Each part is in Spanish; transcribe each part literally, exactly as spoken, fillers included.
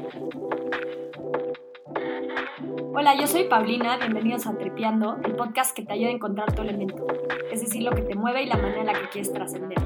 Hola, yo soy Paulina, bienvenidos a Tripeando, el podcast que te ayuda a encontrar tu elemento, es decir, lo que te mueve y la manera en la que quieres trascender.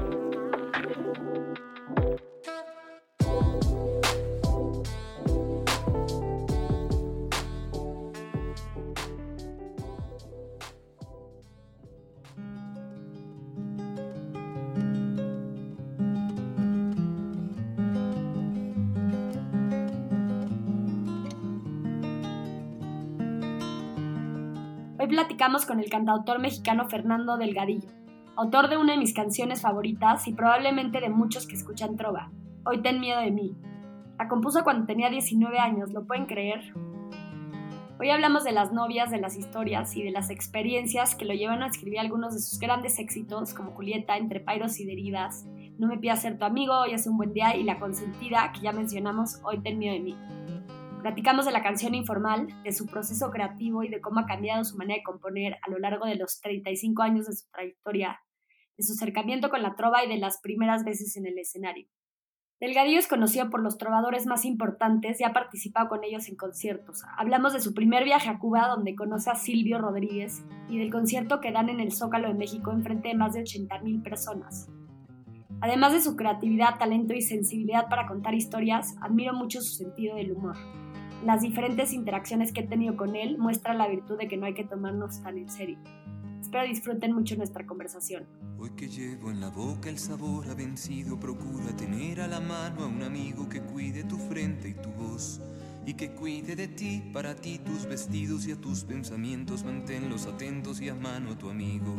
Hoy platicamos con el cantautor mexicano Fernando Delgadillo, autor de una de mis canciones favoritas y probablemente de muchos que escuchan trova, Hoy ten miedo de mí. La compuso cuando tenía diecinueve años, ¿lo pueden creer? Hoy hablamos de las novias, de las historias y de las experiencias que lo llevan a escribir algunos de sus grandes éxitos, como Julieta, Entre pairos y heridas, No me pidas ser tu amigo, Hoy es un buen día y La consentida, que ya mencionamos, Hoy ten miedo de mí. Platicamos de la canción Informal, de su proceso creativo y de cómo ha cambiado su manera de componer a lo largo de los treinta y cinco años de su trayectoria, de su acercamiento con la trova y de las primeras veces en el escenario. Delgadillo es conocido por los trovadores más importantes y ha participado con ellos en conciertos. Hablamos de su primer viaje a Cuba, donde conoce a Silvio Rodríguez, y del concierto que dan en el Zócalo de México en frente de más de ochenta mil personas. Además de su creatividad, talento y sensibilidad para contar historias, admiro mucho su sentido del humor. Las diferentes interacciones que he tenido con él muestran la virtud de que no hay que tomarnos tan en serio. Espero disfruten mucho nuestra conversación. Hoy que llevo en la boca el sabor ha vencido, procura tener a la mano a un amigo que cuide tu frente y tu voz, y que cuide de ti, para ti, tus vestidos y a tus pensamientos, manténlos atentos y a mano a tu amigo.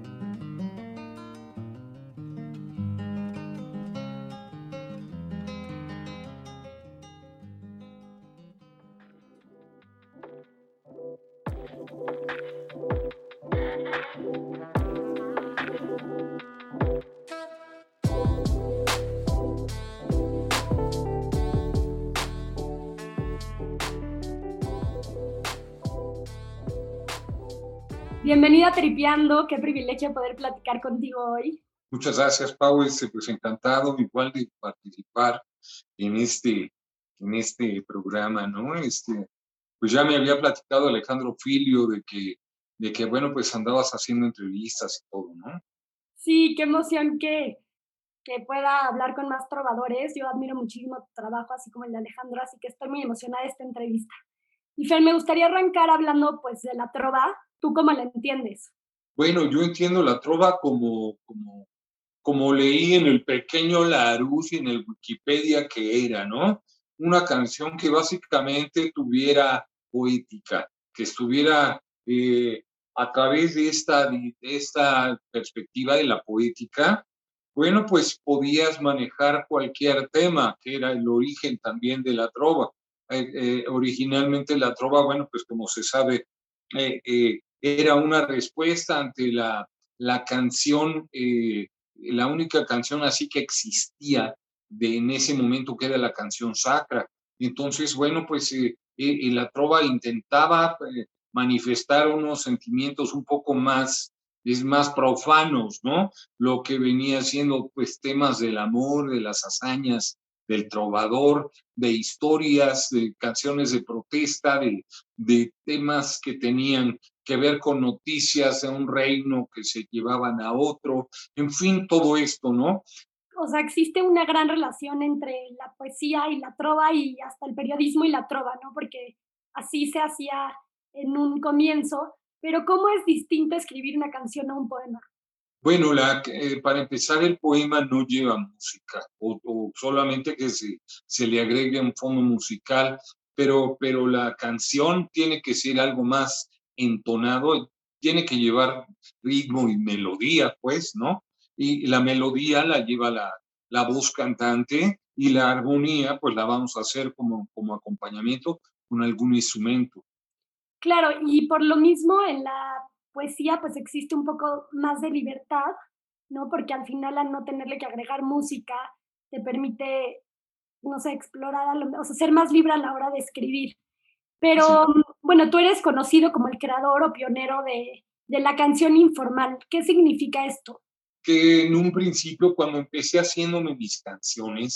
Bienvenida a Tripeando, qué privilegio poder platicar contigo hoy. Muchas gracias, Pau, este, pues encantado igual de participar en este, en este programa, ¿no? Este, pues ya me había platicado Alejandro Filio de que, de que, bueno, pues andabas haciendo entrevistas y todo, ¿no? Sí, qué emoción que, que pueda hablar con más trovadores. Yo admiro muchísimo tu trabajo, así como el de Alejandro, así que estoy muy emocionada de esta entrevista. Y Fer, me gustaría arrancar hablando pues de la trova. ¿Tú cómo la entiendes? Bueno, yo entiendo la trova como, como, como leí en el pequeño Larousse y en el Wikipedia que era, ¿no? Una canción que básicamente tuviera poética, que estuviera eh, a través de esta, de esta perspectiva de la poética. Bueno, pues podías manejar cualquier tema, que era el origen también de la trova. Eh, eh, originalmente la trova, bueno, pues como se sabe, eh, eh, era una respuesta ante la, la canción, eh, la única canción así que existía de, en ese momento, que era la canción sacra. Entonces, bueno, pues eh, eh, la trova intentaba eh, manifestar unos sentimientos un poco más, es más profanos, ¿no? Lo que venía siendo pues temas del amor, de las hazañas del trovador, de historias, de canciones de protesta, de, de temas que tenían que ver con noticias de un reino que se llevaban a otro, en fin, todo esto, ¿no? O sea, existe una gran relación entre la poesía y la trova y hasta el periodismo y la trova, ¿no? Porque así se hacía en un comienzo, pero ¿cómo es distinto escribir una canción a un poema? Bueno, la, eh, para empezar, el poema no lleva música, o, o solamente que se, se le agregue un fondo musical, pero, pero la canción tiene que ser algo más entonado, tiene que llevar ritmo y melodía, pues, ¿no? Y la melodía la lleva la, la voz cantante y la armonía, pues la vamos a hacer como, como acompañamiento con algún instrumento. Claro, y por lo mismo en la poesía pues existe un poco más de libertad, ¿no? Porque al final al no tenerle que agregar música te permite, no sé, explorar, a lo, o sea, ser más libre a la hora de escribir. Pero Sí. bueno, tú eres conocido como el creador o pionero de, de la canción Informal. ¿Qué significa esto? Que en un principio, cuando empecé haciéndome mis canciones,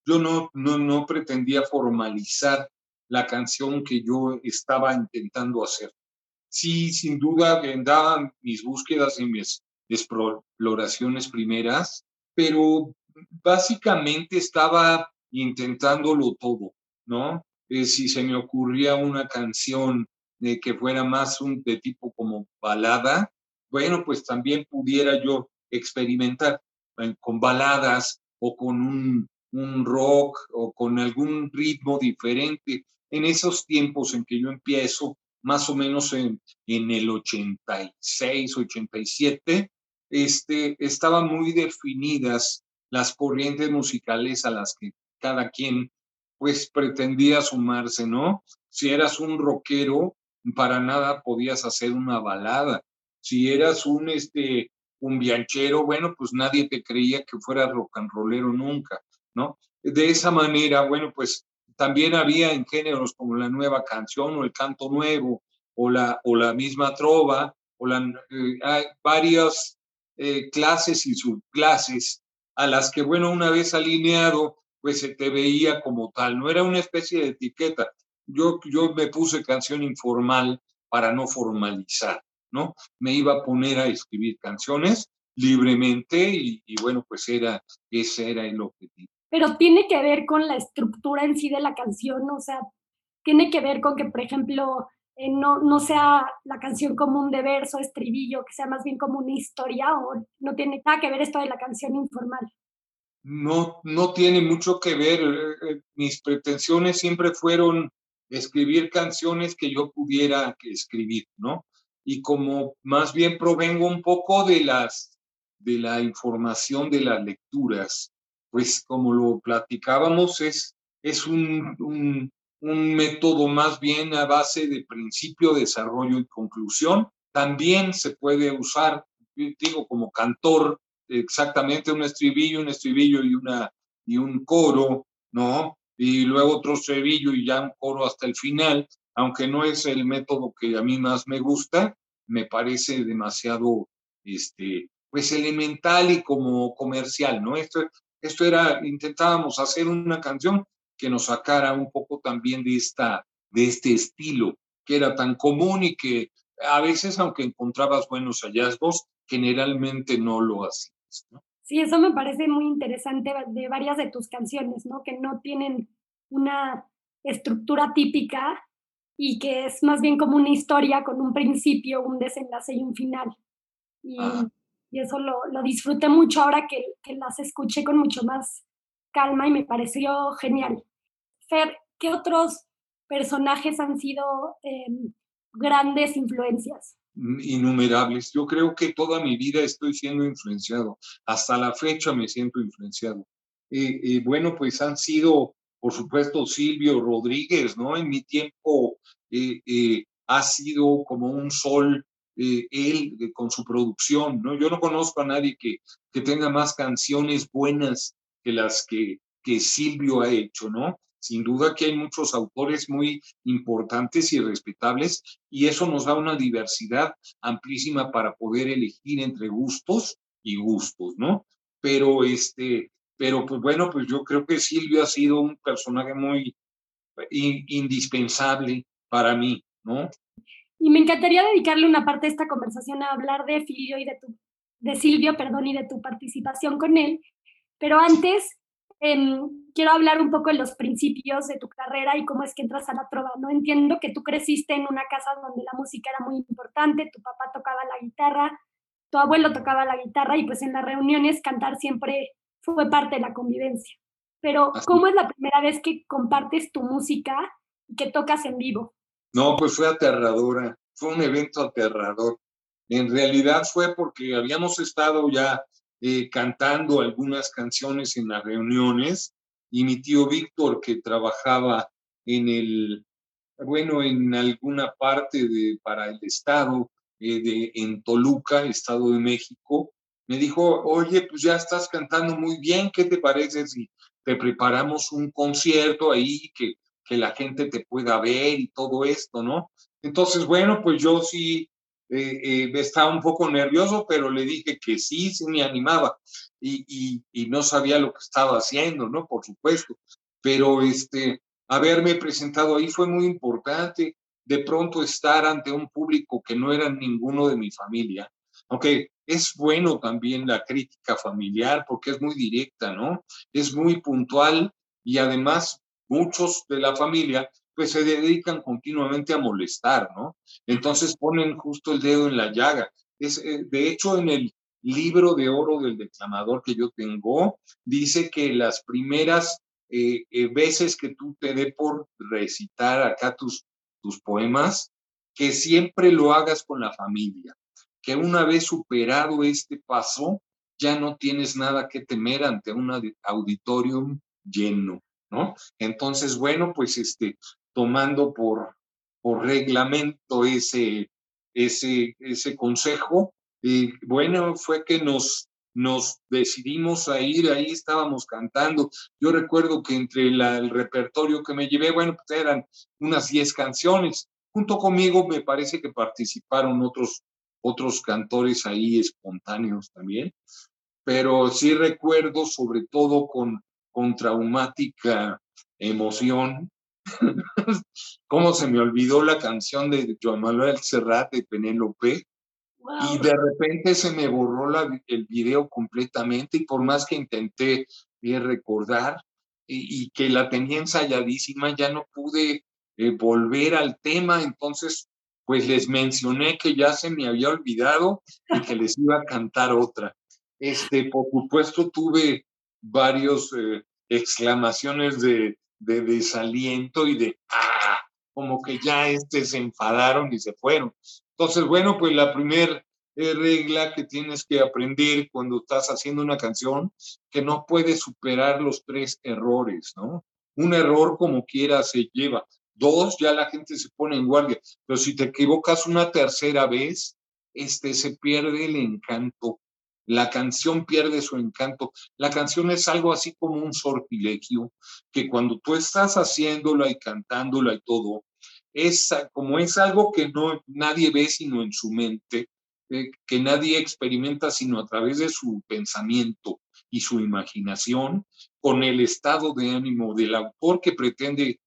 yo no, no, no pretendía formalizar la canción que yo estaba intentando hacer. Sí, sin duda andaban mis búsquedas y mis exploraciones primeras, pero básicamente estaba intentándolo todo, ¿no? Eh, si se me ocurría una canción eh, que fuera más un, de tipo como balada, bueno, pues también pudiera yo experimentar eh, con baladas o con un, un rock o con algún ritmo diferente. En esos tiempos en que yo empiezo, más o menos en, en el ochenta y seis, ochenta y siete, este, estaban muy definidas las corrientes musicales a las que cada quien pues pretendía sumarse, ¿no? Si eras un rockero, para nada podías hacer una balada. Si eras un, este, un bianchero, bueno, pues nadie te creía que fueras rock and rollero nunca, ¿no? De esa manera, bueno, pues también había en géneros como la nueva canción o el canto nuevo o la, o la misma trova o la, eh, hay varias eh, clases y subclases a las que, bueno, una vez alineado, pues se te veía como tal, no era una especie de etiqueta. Yo, yo me puse canción informal para no formalizar, ¿no? Me iba a poner a escribir canciones libremente y, y bueno, pues era, ese era el objetivo. Pero tiene que ver con la estructura en sí de la canción, o sea, tiene que ver con que, por ejemplo, eh, no, no sea la canción común de verso, estribillo, que sea más bien como una historia, o no tiene nada que ver esto de la canción informal. No, no tiene mucho que ver. Eh, mis pretensiones siempre fueron escribir canciones que yo pudiera escribir, ¿no? Y como más bien provengo un poco de las, de la información de las lecturas, pues como lo platicábamos, es, es un, un, un método más bien a base de principio, desarrollo y conclusión. También se puede usar, digo, como cantor, exactamente un estribillo, un estribillo y, una, y un coro, ¿no? Y luego otro estribillo y ya un coro hasta el final, aunque no es el método que a mí más me gusta, me parece demasiado, este, pues elemental y como comercial, ¿no? Esto, esto era, intentábamos hacer una canción que nos sacara un poco también de, esta, de este estilo, que era tan común y que a veces, aunque encontrabas buenos hallazgos, generalmente no lo hacías, ¿no? Sí, eso me parece muy interesante de varias de tus canciones, ¿no? Que no tienen una estructura típica y que es más bien como una historia con un principio, un desenlace y un final. Y, Ah. y eso lo, lo disfruté mucho ahora que, que las escuché con mucho más calma y me pareció genial. Fer, ¿qué otros personajes han sido eh, grandes influencias? Innumerables. Yo creo que toda mi vida estoy siendo influenciado. Hasta la fecha me siento influenciado. Eh, eh, bueno, pues han sido, por supuesto, Silvio Rodríguez, ¿no? En mi tiempo eh, eh, ha sido como un sol eh, él eh, con su producción, ¿no? Yo no conozco a nadie que, que tenga más canciones buenas que las que, que Silvio ha hecho, ¿no? Sin duda que hay muchos autores muy importantes y respetables y eso nos da una diversidad amplísima para poder elegir entre gustos y gustos, ¿no? Pero este, pero pues bueno, pues yo creo que Silvio ha sido un personaje muy in, indispensable para mí, ¿no? Y me encantaría dedicarle una parte de esta conversación a hablar de Filio y de tu, de Silvio, perdón, y de tu participación con él. Pero antes, eh, quiero hablar un poco de los principios de tu carrera y cómo es que entras a la trova, ¿no? Entiendo que tú creciste en una casa donde la música era muy importante, tu papá tocaba la guitarra, tu abuelo tocaba la guitarra y pues en las reuniones cantar siempre fue parte de la convivencia. Pero, Así. ¿cómo es la primera vez que compartes tu música y que tocas en vivo? No, pues fue aterradora, fue un evento aterrador. En realidad fue porque habíamos estado ya eh, cantando algunas canciones en las reuniones y mi tío Víctor, que trabajaba en el, bueno, en alguna parte de, para el estado, eh, de, en Toluca, Estado de México, me dijo, oye, pues ya estás cantando muy bien, ¿qué te parece si te preparamos un concierto ahí que, que la gente te pueda ver y todo esto, ¿no? Entonces, bueno, pues yo sí eh, eh, estaba un poco nervioso, pero le dije que sí, sí me animaba. y, y, y no sabía lo que estaba haciendo, ¿no? Por supuesto. Pero este, haberme presentado ahí fue muy importante. De pronto estar ante un público que no era ninguno de mi familia, aunque es bueno también la crítica familiar porque es muy directa, ¿no? Es muy puntual y además muchos de la familia pues se dedican continuamente a molestar, ¿no? Entonces ponen justo el dedo en la llaga. Es, eh, de hecho, en el libro de oro del declamador que yo tengo, dice que las primeras eh, eh, veces que tú te dé por recitar acá tus, tus poemas, que siempre lo hagas con la familia, que una vez superado este paso, ya no tienes nada que temer ante un auditorium lleno, ¿no? Entonces, bueno, pues este, tomando por, por reglamento ese, ese, ese consejo, y bueno, fue que nos, nos decidimos a ir, ahí estábamos cantando. Yo recuerdo que entre la, el repertorio que me llevé, bueno, pues eran unas diez canciones. Junto conmigo me parece que participaron otros, otros cantores ahí espontáneos también, pero sí recuerdo sobre todo con, con traumática emoción cómo se me olvidó la canción de Joan Manuel Serrat de Penélope. Wow. Y de repente se me borró la, el video completamente y por más que intenté eh, recordar y, y que la tenía ensayadísima, ya no pude eh, volver al tema. Entonces, pues les mencioné que ya se me había olvidado y que les iba a cantar otra. Este, por supuesto, tuve varios eh, exclamaciones de, de desaliento y de ¡ah! Como que ya este se enfadaron y se fueron. Entonces, bueno, pues la primera eh, regla que tienes que aprender cuando estás haciendo una canción, que no puedes superar los tres errores, ¿no? Un error como quiera se lleva. Dos, ya la gente se pone en guardia. Pero si te equivocas una tercera vez, este, se pierde el encanto. La canción pierde su encanto. La canción es algo así como un sortilegio, que cuando tú estás haciéndola y cantándola y todo, es como es algo que no nadie ve sino en su mente, eh, que nadie experimenta sino a través de su pensamiento y su imaginación, con el estado de ánimo del autor que pretende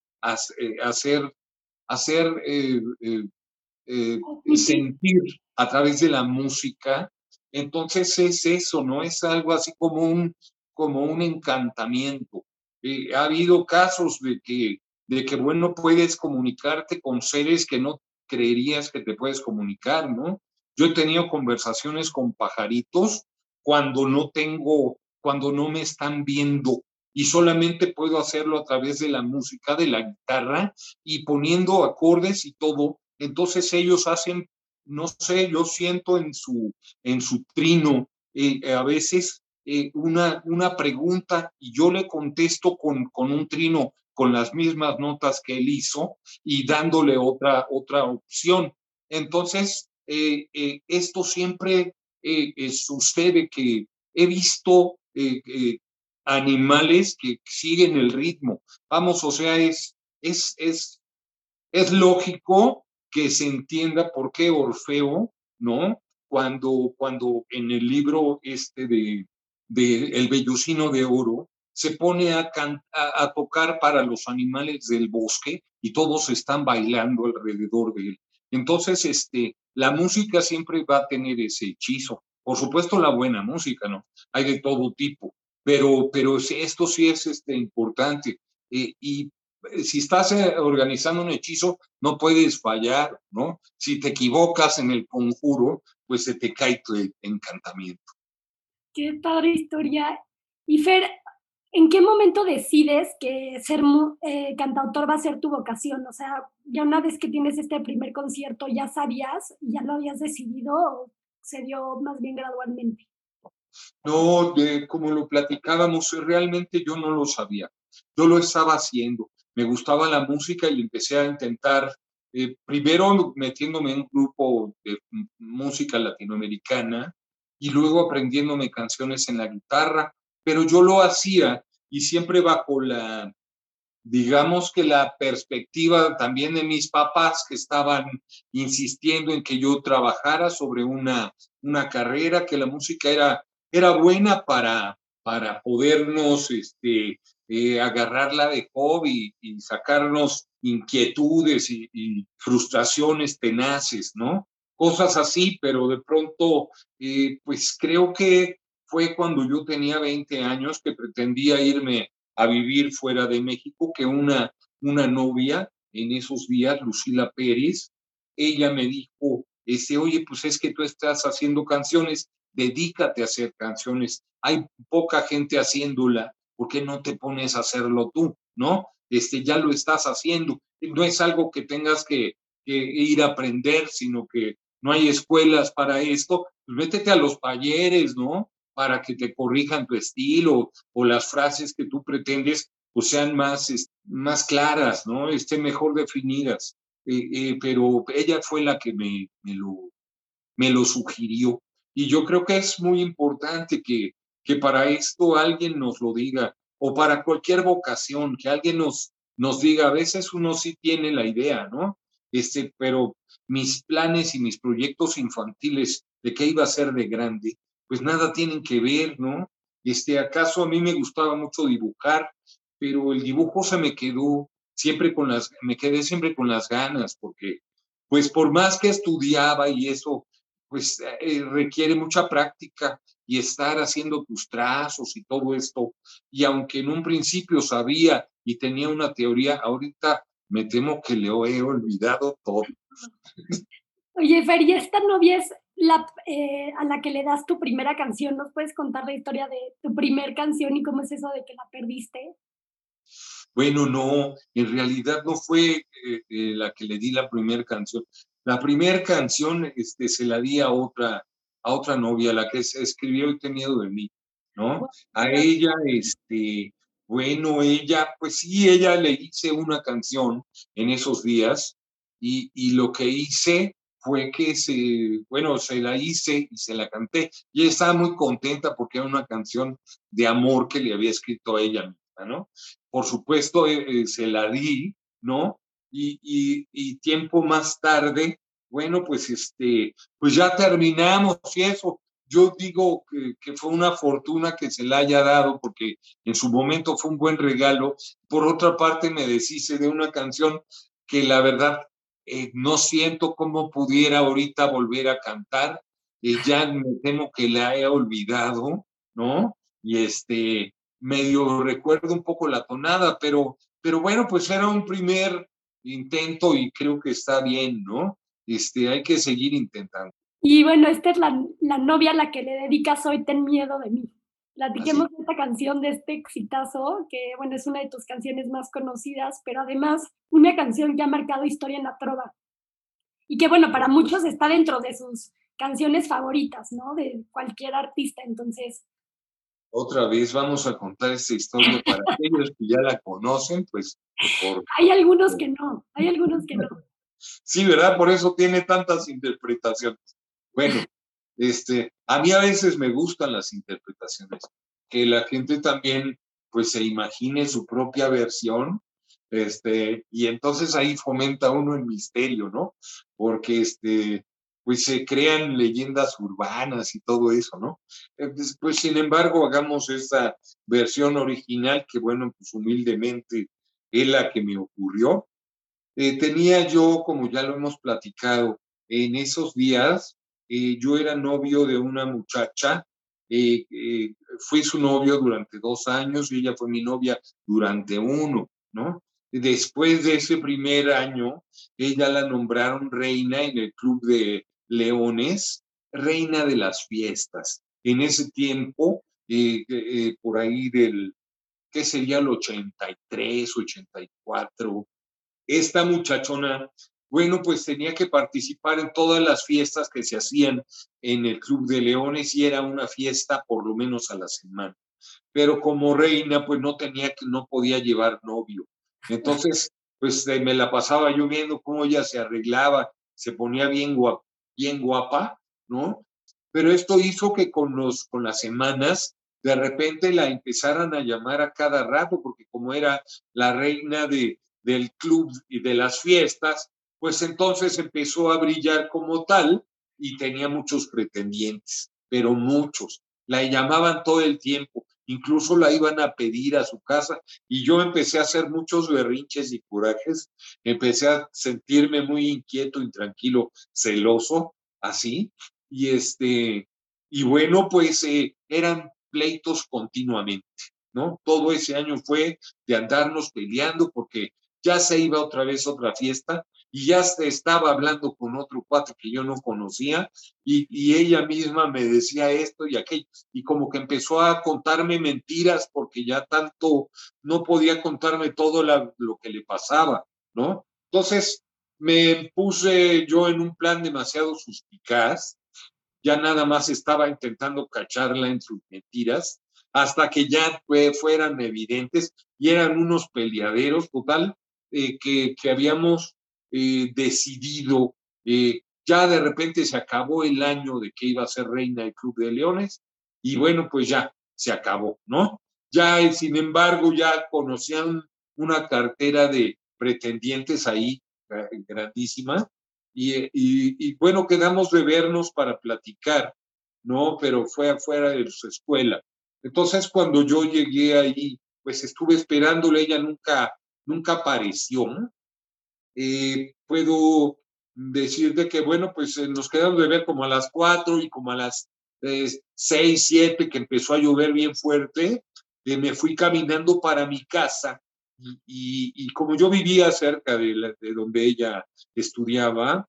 hacer, hacer eh, eh, eh, sentir a través de la música. Entonces es eso, ¿no? Es algo así como un, como un encantamiento. Eh, ha habido casos de que, de que, bueno, puedes comunicarte con seres que no creerías que te puedes comunicar, ¿no? Yo he tenido conversaciones con pajaritos cuando no tengo, cuando no me están viendo y solamente puedo hacerlo a través de la música, de la guitarra y poniendo acordes y todo. Entonces ellos hacen, no sé, yo siento en su, en su trino eh, a veces eh, una, una pregunta y yo le contesto con, con un trino con las mismas notas que él hizo y dándole otra, otra opción. Entonces, eh, eh, esto siempre eh, eh, sucede que he visto eh, eh, animales que siguen el ritmo. Vamos, o sea, es, es, es, es lógico que se entienda por qué Orfeo, ¿no? Cuando, cuando en el libro este de, de El Vellocino de Oro, se pone a, can, a, a tocar para los animales del bosque y todos están bailando alrededor de él. Entonces, este, la música siempre va a tener ese hechizo. Por supuesto, la buena música, ¿no? Hay de todo tipo, pero, pero esto sí es este, importante. Eh, y si estás organizando un hechizo, no puedes fallar, ¿no? Si te equivocas en el conjuro, pues se te cae tu encantamiento. Qué padre historia. Y Fer, ¿en qué momento decides que ser eh, cantautor va a ser tu vocación? O sea, ya una vez que tienes este primer concierto, ¿ya sabías y ya lo habías decidido o se dio más bien gradualmente? No, de, como lo platicábamos, realmente yo no lo sabía. Yo lo estaba haciendo. Me gustaba la música y empecé a intentar, eh, primero metiéndome en un grupo de música latinoamericana y luego aprendiéndome canciones en la guitarra, pero yo lo hacía y siempre bajo la, digamos que la perspectiva también de mis papás que estaban insistiendo en que yo trabajara sobre una, una carrera, que la música era era buena para, para podernos este, eh, agarrarla de hobby y sacarnos inquietudes y, y frustraciones tenaces, ¿no? Cosas así, pero de pronto, eh, pues creo que fue cuando yo tenía veinte años que pretendía irme a vivir fuera de México, que una, una novia en esos días, Lucila Pérez, ella me dijo, este, oye, pues es que tú estás haciendo canciones, dedícate a hacer canciones, hay poca gente haciéndola, ¿por qué no te pones a hacerlo tú? ¿No? Este, ya lo estás haciendo, no es algo que tengas que, que ir a aprender, sino que no hay escuelas para esto, pues métete a los talleres, ¿no? Para que te corrijan tu estilo o las frases que tú pretendes pues sean más, más claras, ¿no? Estén mejor definidas. Eh, eh, pero ella fue la que me, me, lo, me lo sugirió. Y yo creo que es muy importante que, que para esto alguien nos lo diga, o para cualquier vocación, que alguien nos, nos diga, a veces uno sí tiene la idea, ¿no? Este, pero mis planes y mis proyectos infantiles de qué iba a ser de grande, pues nada tienen que ver, ¿no? Este, acaso a mí me gustaba mucho dibujar, pero el dibujo se me quedó siempre con las, me quedé siempre con las ganas, porque pues por más que estudiaba y eso, pues eh, requiere mucha práctica y estar haciendo tus trazos y todo esto. Y aunque en un principio sabía y tenía una teoría, ahorita me temo que le he olvidado todo. Oye, Fer, ¿y esta novia es la, eh, a la que le das tu primera canción? ¿Nos puedes contar la historia de tu primer canción y cómo es eso de que la perdiste? Bueno, no, en realidad no fue eh, eh, la que le di la primera canción. La primera canción este, se la di a otra, a otra novia, la que se escribió y tenía de mí, ¿no? A ella, este, bueno, ella, pues sí, ella le hice una canción en esos días y, y lo que hice fue que se, bueno, se la hice y se la canté. Y ella estaba muy contenta porque era una canción de amor que le había escrito a ella misma, ¿no? Por supuesto, eh, eh, se la di, ¿no? Y, y, y, tiempo más tarde, bueno, pues este, pues ya terminamos y eso. Yo digo que, que fue una fortuna que se la haya dado porque en su momento fue un buen regalo. Por otra parte, me deshice de una canción que la verdad eh, no siento cómo pudiera ahorita volver a cantar. Eh, ya me temo que la he olvidado, ¿no? Y este, medio recuerdo un poco la tonada, pero, pero bueno, pues era un primer intento y creo que está bien, ¿no? Este, hay que seguir intentando. Y bueno, esta es la, la novia a la que le dedicas Hoy Ten Miedo de Mí. Platiquemos de esta canción, de este exitazo, que bueno, es una de tus canciones más conocidas, pero además una canción que ha marcado historia en la trova. Y que bueno, para muchos está dentro de sus canciones favoritas, ¿no? De cualquier artista, entonces. Otra vez vamos a contar esta historia para aquellos que ya la conocen, pues por... Hay algunos que no, hay algunos que no. Sí, ¿verdad? Por eso tiene tantas interpretaciones. Bueno, este, a mí a veces me gustan las interpretaciones, que la gente también pues se imagine su propia versión, este, y entonces ahí fomenta uno el misterio, ¿no? Porque este, pues se crean leyendas urbanas y todo eso, ¿no? Pues, pues sin embargo, hagamos esta versión original que, bueno, pues humildemente es la que me ocurrió. Eh, tenía yo, como ya lo hemos platicado, en esos días, eh, yo era novio de una muchacha, eh, eh, fui su novio durante dos años y ella fue mi novia durante uno, ¿no? Después de ese primer año, ella la nombraron reina en el Club de Leones, reina de las fiestas. En ese tiempo, eh, eh, por ahí del, ¿qué sería el ochenta y tres, ochenta y cuatro? Esta muchachona, bueno, pues tenía que participar en todas las fiestas que se hacían en el Club de Leones y era una fiesta por lo menos a la semana. Pero como reina, pues no tenía que, no podía llevar novio. Entonces, pues me la pasaba yo viendo cómo ella se arreglaba, se ponía bien guapa, bien guapa, ¿no? Pero esto hizo que con, los, con las semanas, de repente la empezaran a llamar a cada rato, porque como era la reina de, del club y de las fiestas, pues entonces empezó a brillar como tal y tenía muchos pretendientes, pero muchos. la llamaban todo el tiempo, incluso la iban a pedir a su casa, y yo empecé a hacer muchos berrinches y corajes, empecé a sentirme muy inquieto, intranquilo, celoso, así, y este, y bueno, pues eh, eran pleitos continuamente, ¿no? Todo ese año fue de andarnos peleando porque ya se iba otra vez a otra fiesta y ya se estaba hablando con otro cuate que yo no conocía y, y ella misma me decía esto y aquello y como que empezó a contarme mentiras porque ya tanto no podía contarme todo la, lo que le pasaba, ¿no? Entonces me puse yo en un plan demasiado suspicaz, ya nada más estaba intentando cacharla en sus mentiras, hasta que ya fue, fueran evidentes y eran unos peleaderos total eh, que, que habíamos eh, decidido. Eh, ya de repente se acabó el año de que iba a ser reina del Club de Leones y bueno, pues ya se acabó, ¿no? Ya, sin embargo, ya conocían una cartera de pretendientes ahí grandísima y, y, y, bueno, quedamos de vernos para platicar, ¿no? Pero fue afuera de su escuela. Entonces, cuando yo llegué ahí, pues estuve esperándole, ella nunca, nunca apareció, ¿no? Eh, puedo decirte que, bueno, pues eh, nos quedamos de ver como a las cuatro y como a las eh, seis, siete, que empezó a llover bien fuerte, eh, me fui caminando para mi casa y, y, y como yo vivía cerca de, la, de donde ella estudiaba,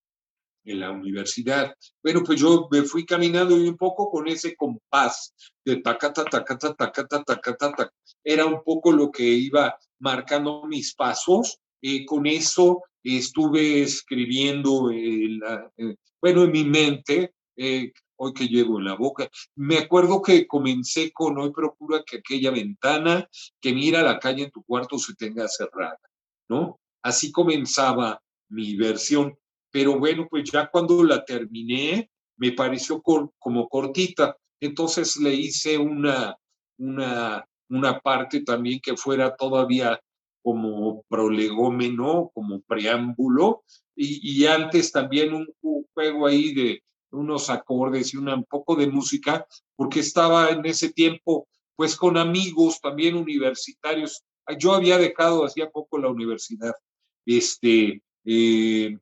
en la universidad. Bueno, pues yo me fui caminando y un poco con ese compás de tacata, tacata, tacata, tacata, tacata. Era un poco lo que iba marcando mis pasos. Eh, con eso eh, estuve escribiendo, eh, la, eh, bueno, en mi mente, eh, hoy que llevo en la boca, me acuerdo que comencé con hoy procura que aquella ventana que mira la calle en tu cuarto se tenga cerrada, ¿no? Así comenzaba mi versión. Pero bueno, pues ya cuando la terminé, me pareció cor, como cortita. Entonces le hice una, una, una parte también que fuera todavía como prolegómeno, como preámbulo, y, y antes también un, un juego ahí de unos acordes y una, un poco de música, porque estaba en ese tiempo pues con amigos también universitarios. Yo había dejado hacía poco la universidad. Este, eh,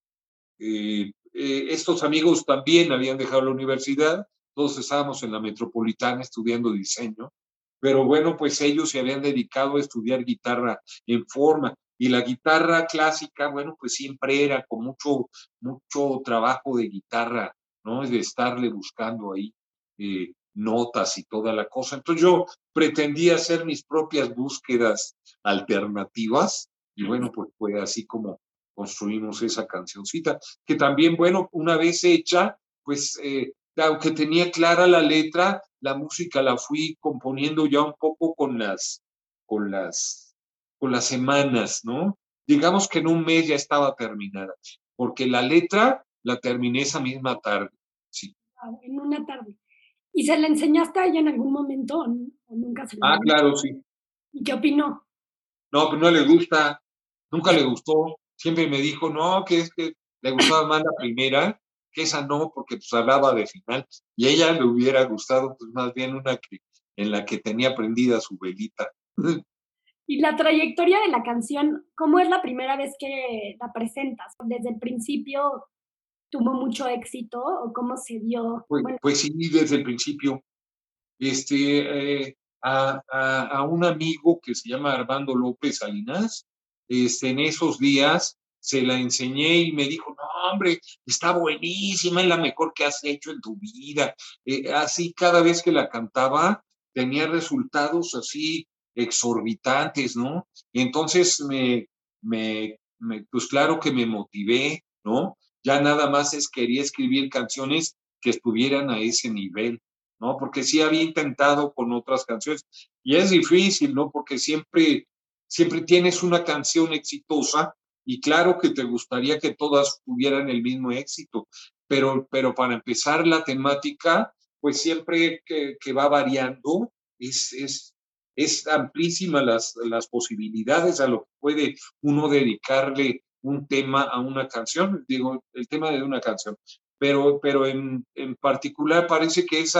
eh, eh, estos amigos también habían dejado la universidad, todos estábamos en la Metropolitana estudiando diseño, pero bueno, pues ellos se habían dedicado a estudiar guitarra en forma, y la guitarra clásica, bueno, pues siempre era con mucho, mucho trabajo de guitarra, ¿no? Es de estarle buscando ahí eh, notas y toda la cosa. Entonces yo pretendía hacer mis propias búsquedas alternativas, y bueno, pues fue así como construimos esa cancioncita, que también, bueno, una vez hecha, pues, eh, aunque tenía clara la letra, la música la fui componiendo ya un poco con las, con las, con las semanas, ¿no? Digamos que en un mes ya estaba terminada, porque la letra la terminé esa misma tarde, sí. En una tarde. ¿Y se la enseñaste a ella en algún momento o, o nunca se la Ah, enseñaste? claro, sí. ¿Y qué opinó? No, pues no le gusta, nunca le gustó. Siempre me dijo, no, que es que le gustaba más la primera, que esa no, porque pues hablaba de final. Y a ella le hubiera gustado, pues más bien una que, en la que tenía prendida su velita. Y la trayectoria de la canción, ¿cómo es la primera vez que la presentas? ¿Desde el principio tuvo mucho éxito o cómo se dio? Pues, Bueno, pues sí, desde el principio. Este, eh, a, a, a un amigo que se llama Armando López Salinas, este, en esos días se la enseñé y me dijo, no, hombre, está buenísima, es la mejor que has hecho en tu vida. Eh, así cada vez que la cantaba tenía resultados así exorbitantes, ¿no? Entonces me, me, me, pues claro que me motivé, ¿no? Ya nada más es quería escribir canciones que estuvieran a ese nivel, ¿no? Porque sí había intentado con otras canciones y es difícil, ¿no? Porque siempre, siempre tienes una canción exitosa y claro que te gustaría que todas tuvieran el mismo éxito, pero, pero para empezar la temática, pues siempre que, que va variando, es, es, es amplísima las, las posibilidades a lo que puede uno dedicarle un tema a una canción, digo, el tema de una canción, pero, pero en, en particular parece que esa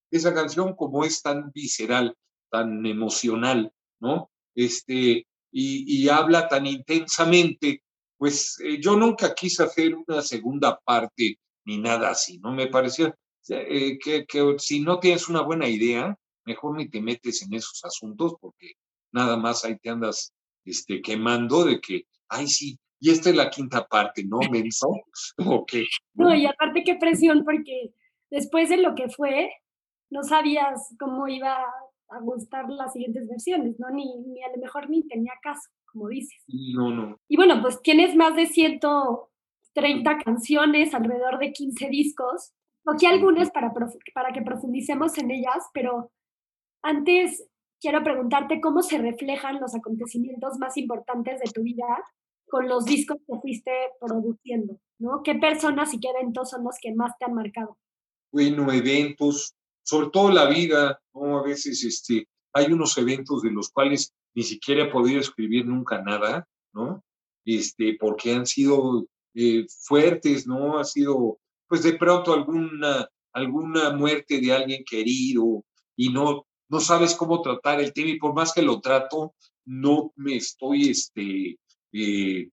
esa canción como es tan visceral, tan emocional, ¿no? Este, y, y habla tan intensamente, pues eh, yo nunca quise hacer una segunda parte ni nada así, ¿no? Me parecía eh, que, que si no tienes una buena idea, mejor ni te metes en esos asuntos porque nada más ahí te andas este, quemando de que, ay, sí, y esta es la quinta parte, ¿no, menso? ¿O qué? No, y aparte qué presión, porque después de lo que fue, no sabías cómo iba a gustar las siguientes versiones, ¿no? Ni, ni a lo mejor ni tenía caso, como dices. No, no. Y bueno, pues tienes más de ciento treinta canciones, alrededor de quince discos. Aquí algunas para, prof- para que profundicemos en ellas, pero antes quiero preguntarte cómo se reflejan los acontecimientos más importantes de tu vida con los discos que fuiste produciendo, ¿no? ¿Qué personas y qué eventos son los que más te han marcado? Bueno, eventos, sobre todo la vida, ¿no? A veces este, hay unos eventos de los cuales ni siquiera he podido escribir nunca nada, ¿no? Este, porque han sido eh, fuertes, ¿no? Ha sido, pues de pronto alguna, alguna muerte de alguien querido y no, no sabes cómo tratar el tema y por más que lo trato, no me estoy, este, eh,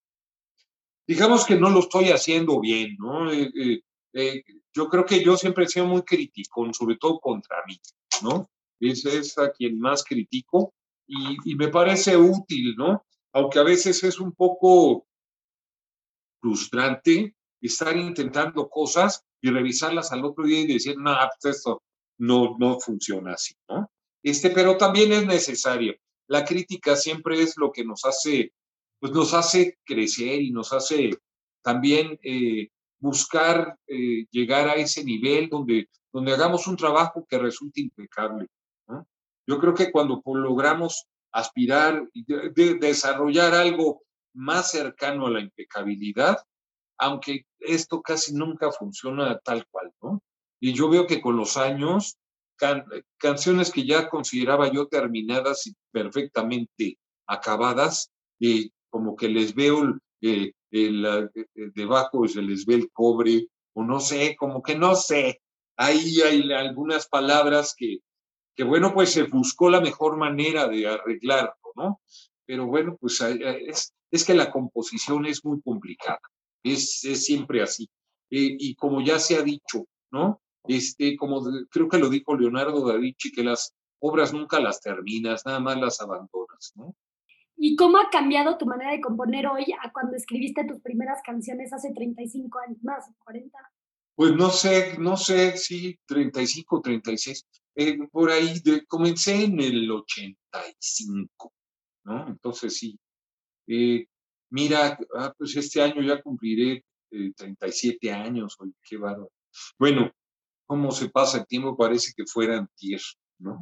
digamos que no lo estoy haciendo bien, ¿no? Eh, eh, eh, yo creo que yo siempre he sido muy crítico, sobre todo contra mí, ¿no? Ese es a quien más critico y, y me parece útil, ¿no? Aunque a veces es un poco frustrante estar intentando cosas y revisarlas al otro día y decir, no, pues esto no, no funciona así, ¿no? Este, pero también es necesario. La crítica siempre es lo que nos hace, pues nos hace crecer y nos hace también eh, buscar eh, llegar a ese nivel donde, donde hagamos un trabajo que resulte impecable, ¿no? Yo creo que cuando logramos aspirar y de, de desarrollar algo más cercano a la impecabilidad, aunque esto casi nunca funciona tal cual, ¿no? Y yo veo que con los años, can canciones que ya consideraba yo terminadas y perfectamente acabadas, eh, como que les veo eh, el, eh, debajo se les ve el cobre, o no sé, como que no sé. Ahí hay algunas palabras que, que bueno, pues se buscó la mejor manera de arreglarlo, ¿no? Pero bueno, pues es, es que la composición es muy complicada, es, es siempre así. Eh, y como ya se ha dicho, ¿no? Este, como de, creo que lo dijo Leonardo da Vinci, que las obras nunca las terminas, nada más las abandonas, ¿no? ¿Y cómo ha cambiado tu manera de componer hoy a cuando escribiste tus primeras canciones hace treinta y cinco años más, cuarenta? Pues no sé, no sé si treinta y cinco, treinta y seis, eh, por ahí de, comencé en el ochenta y cinco, ¿no? Entonces sí, Eh, mira, ah, pues este año ya cumpliré eh, treinta y siete años, oye, qué bárbaro. Bueno, cómo se pasa el tiempo, parece que fuera antier, ¿no?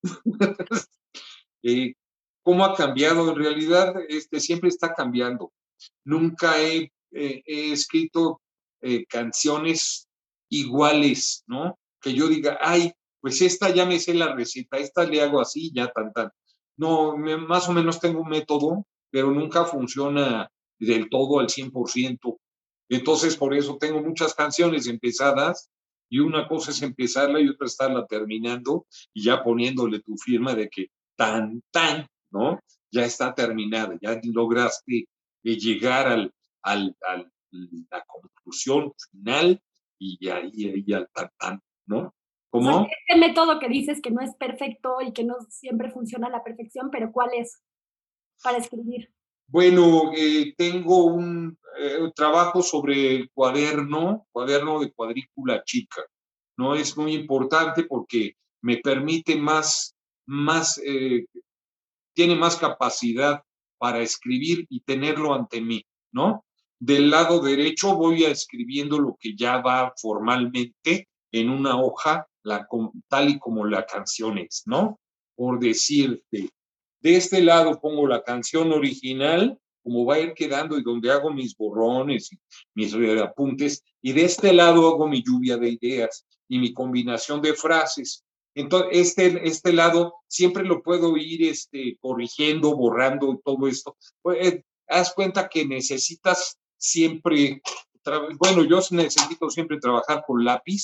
eh, ¿Cómo ha cambiado? En realidad, este, siempre está cambiando. Nunca he, eh, he escrito eh, canciones iguales, ¿no? Que yo diga, ay, pues esta ya me sé la receta, esta le hago así, ya tan, tan. No, me, más o menos tengo un método, pero nunca funciona del todo al cien por ciento. Entonces, por eso tengo muchas canciones empezadas y una cosa es empezarla y otra estarla terminando y ya poniéndole tu firma de que tan, tan, ¿no? Ya está terminada, ya lograste eh, llegar al, al, al, la conclusión final y ahí y, y al tan, tan, ¿no? O sea, ¿Cómo? este método que dices que no es perfecto y que no siempre funciona a la perfección, pero ¿cuál es para escribir? Bueno, eh, tengo un eh, trabajo sobre el cuaderno, cuaderno de cuadrícula chica. No es muy importante porque me permite más, más eh, tiene más capacidad para escribir y tenerlo ante mí, ¿no? Del lado derecho voy a escribiendo lo que ya va formalmente en una hoja, la, tal y como la canción es, ¿no? Por decirte, de este lado pongo la canción original, como va a ir quedando y donde hago mis borrones y mis apuntes, y de este lado hago mi lluvia de ideas y mi combinación de frases. Entonces, este, este lado siempre lo puedo ir este, corrigiendo, borrando todo esto. Pues, eh, haz cuenta que necesitas siempre, bueno, yo necesito siempre trabajar con lápiz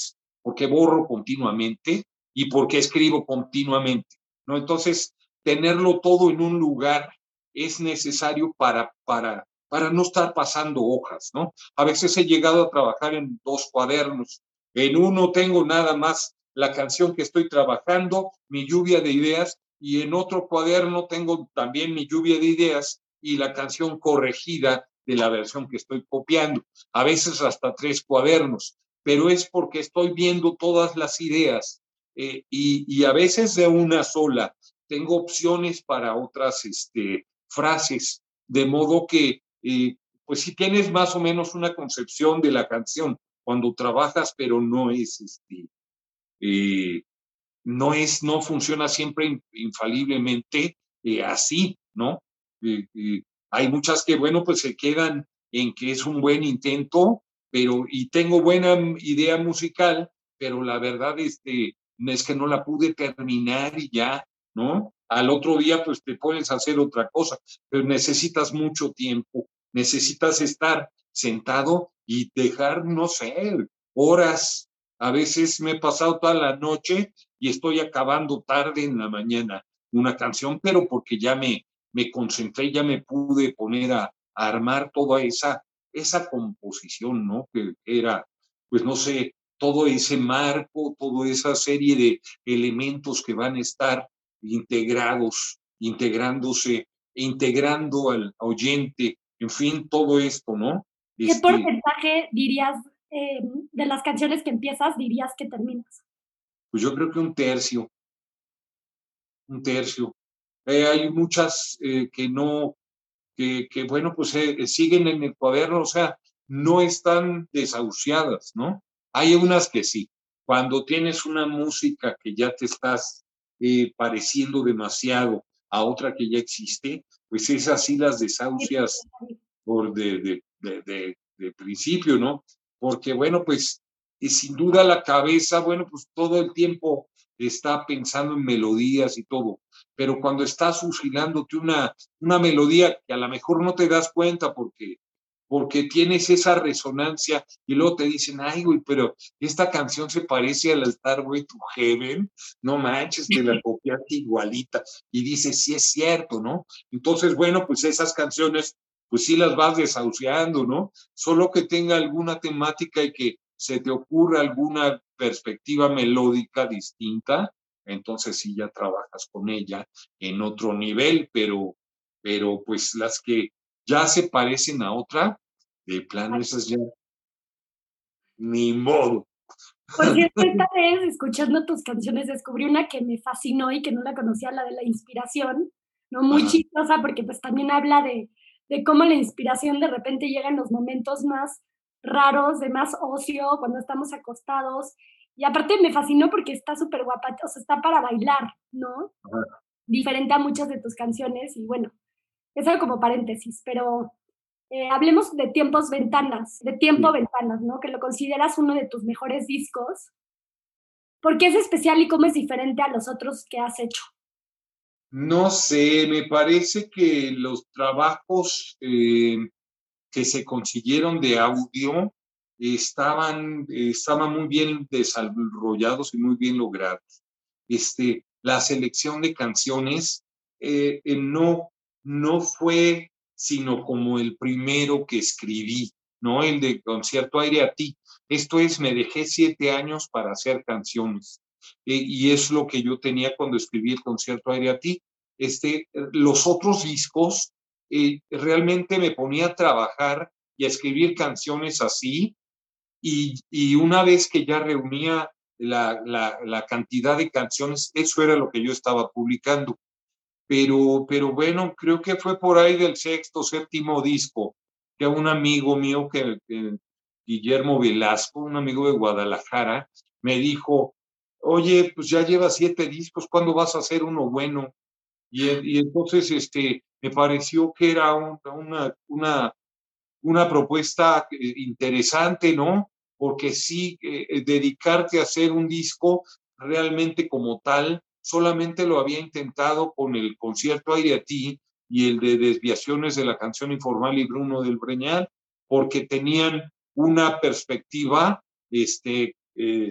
porque borro continuamente y porque escribo continuamente, ¿no? Entonces, tenerlo todo en un lugar es necesario para, para, para no estar pasando hojas, ¿no? A veces he llegado a trabajar en dos cuadernos. En uno tengo nada más la canción que estoy trabajando, mi lluvia de ideas, y en otro cuaderno tengo también mi lluvia de ideas y la canción corregida de la versión que estoy copiando. A veces hasta tres cuadernos, pero es porque estoy viendo todas las ideas eh, y, y a veces de una sola. Tengo opciones para otras este, frases, de modo que, eh, pues si tienes más o menos una concepción de la canción cuando trabajas, pero no es, este, eh, no es, no funciona siempre infaliblemente eh, así, ¿no? Eh, eh, hay muchas que, bueno, pues se quedan en que es un buen intento, pero, y tengo buena idea musical, pero la verdad este, es que no la pude terminar y ya, ¿no? Al otro día, pues te pones a hacer otra cosa, pero necesitas mucho tiempo, necesitas estar sentado y dejar, no sé, horas. A veces me he pasado toda la noche y estoy acabando tarde en la mañana una canción, pero porque ya me, me concentré, ya me pude poner a, a armar toda esa, esa composición, ¿no? Que era, pues no sé, todo ese marco, toda esa serie de elementos que van a estar integrados, integrándose, integrando al oyente, en fin, todo esto, ¿no? ¿Qué Este, porcentaje dirías eh, de las canciones que empiezas dirías que terminas? pues yo creo que un tercio, un tercio. Eh, hay muchas eh, que no, que, que bueno, pues eh, siguen en el cuaderno, o sea, no están desahuciadas, ¿no? Hay unas que sí. Cuando tienes una música que ya te estás eh, pareciendo demasiado a otra que ya existe, pues esas sí las desahucias por de, de, de, de, de principio, ¿no? Porque, bueno, pues y sin duda la cabeza, bueno, pues todo el tiempo está pensando en melodías y todo, pero cuando estás fusilándote una, una melodía que a lo mejor no te das cuenta porque, porque tienes esa resonancia y luego te dicen, ay, güey, pero esta canción se parece al Starway to Heaven, no manches, te la copiaste igualita, y dices, sí es cierto, ¿no? Entonces, bueno, pues esas canciones, pues sí las vas desahuciando, ¿no? Solo que tenga alguna temática y que se te ocurra alguna perspectiva melódica distinta, entonces sí ya trabajas con ella en otro nivel, pero, pero pues las que ya se parecen a otra, de plano esas ya, ni modo. Por cierto, esta vez, escuchando tus canciones, descubrí una que me fascinó y que no la conocía, la de la inspiración, ¿no? Muy Ajá. chistosa porque pues también habla de, de cómo la inspiración de repente llega en los momentos más raros, de más ocio, cuando estamos acostados. Y aparte me fascinó porque está súper guapa, o sea, está para bailar, ¿no? Ajá. Diferente a muchas de tus canciones y bueno, eso como paréntesis, pero eh, hablemos de tiempos ventanas, de tiempo Sí. ventanas, ¿no? Que lo consideras uno de tus mejores discos. ¿Por qué es especial y cómo es diferente a los otros que has hecho? No sé, me parece que los trabajos eh, que se consiguieron de audio estaban, estaban muy bien desarrollados y muy bien logrados. Este, la selección de canciones eh, eh, no, no fue sino como el primero que escribí, ¿no? El de Concierto Aire a Ti. Esto es, me dejé siete años para hacer canciones. Eh, y es lo que yo tenía cuando escribí el Concierto Aire a Ti. Este, los otros discos, eh, realmente me ponía a trabajar y a escribir canciones así, y, y una vez que ya reunía la, la, la, cantidad de canciones, eso era lo que yo estaba publicando. Pero, pero bueno, creo que fue por ahí del sexto, séptimo disco, que un amigo mío, que, que Guillermo Velasco, un amigo de Guadalajara, me dijo, oye, pues ya llevas siete discos, ¿cuándo vas a hacer uno bueno? Y, y entonces este, me pareció que era un, una, una, una propuesta eh, interesante, ¿no? Porque sí, eh, dedicarte a hacer un disco realmente como tal, solamente lo había intentado con el Concierto Aire a Ti y el de Desviaciones de la Canción Informal y Bruno del Breñal, porque tenían una perspectiva este, eh,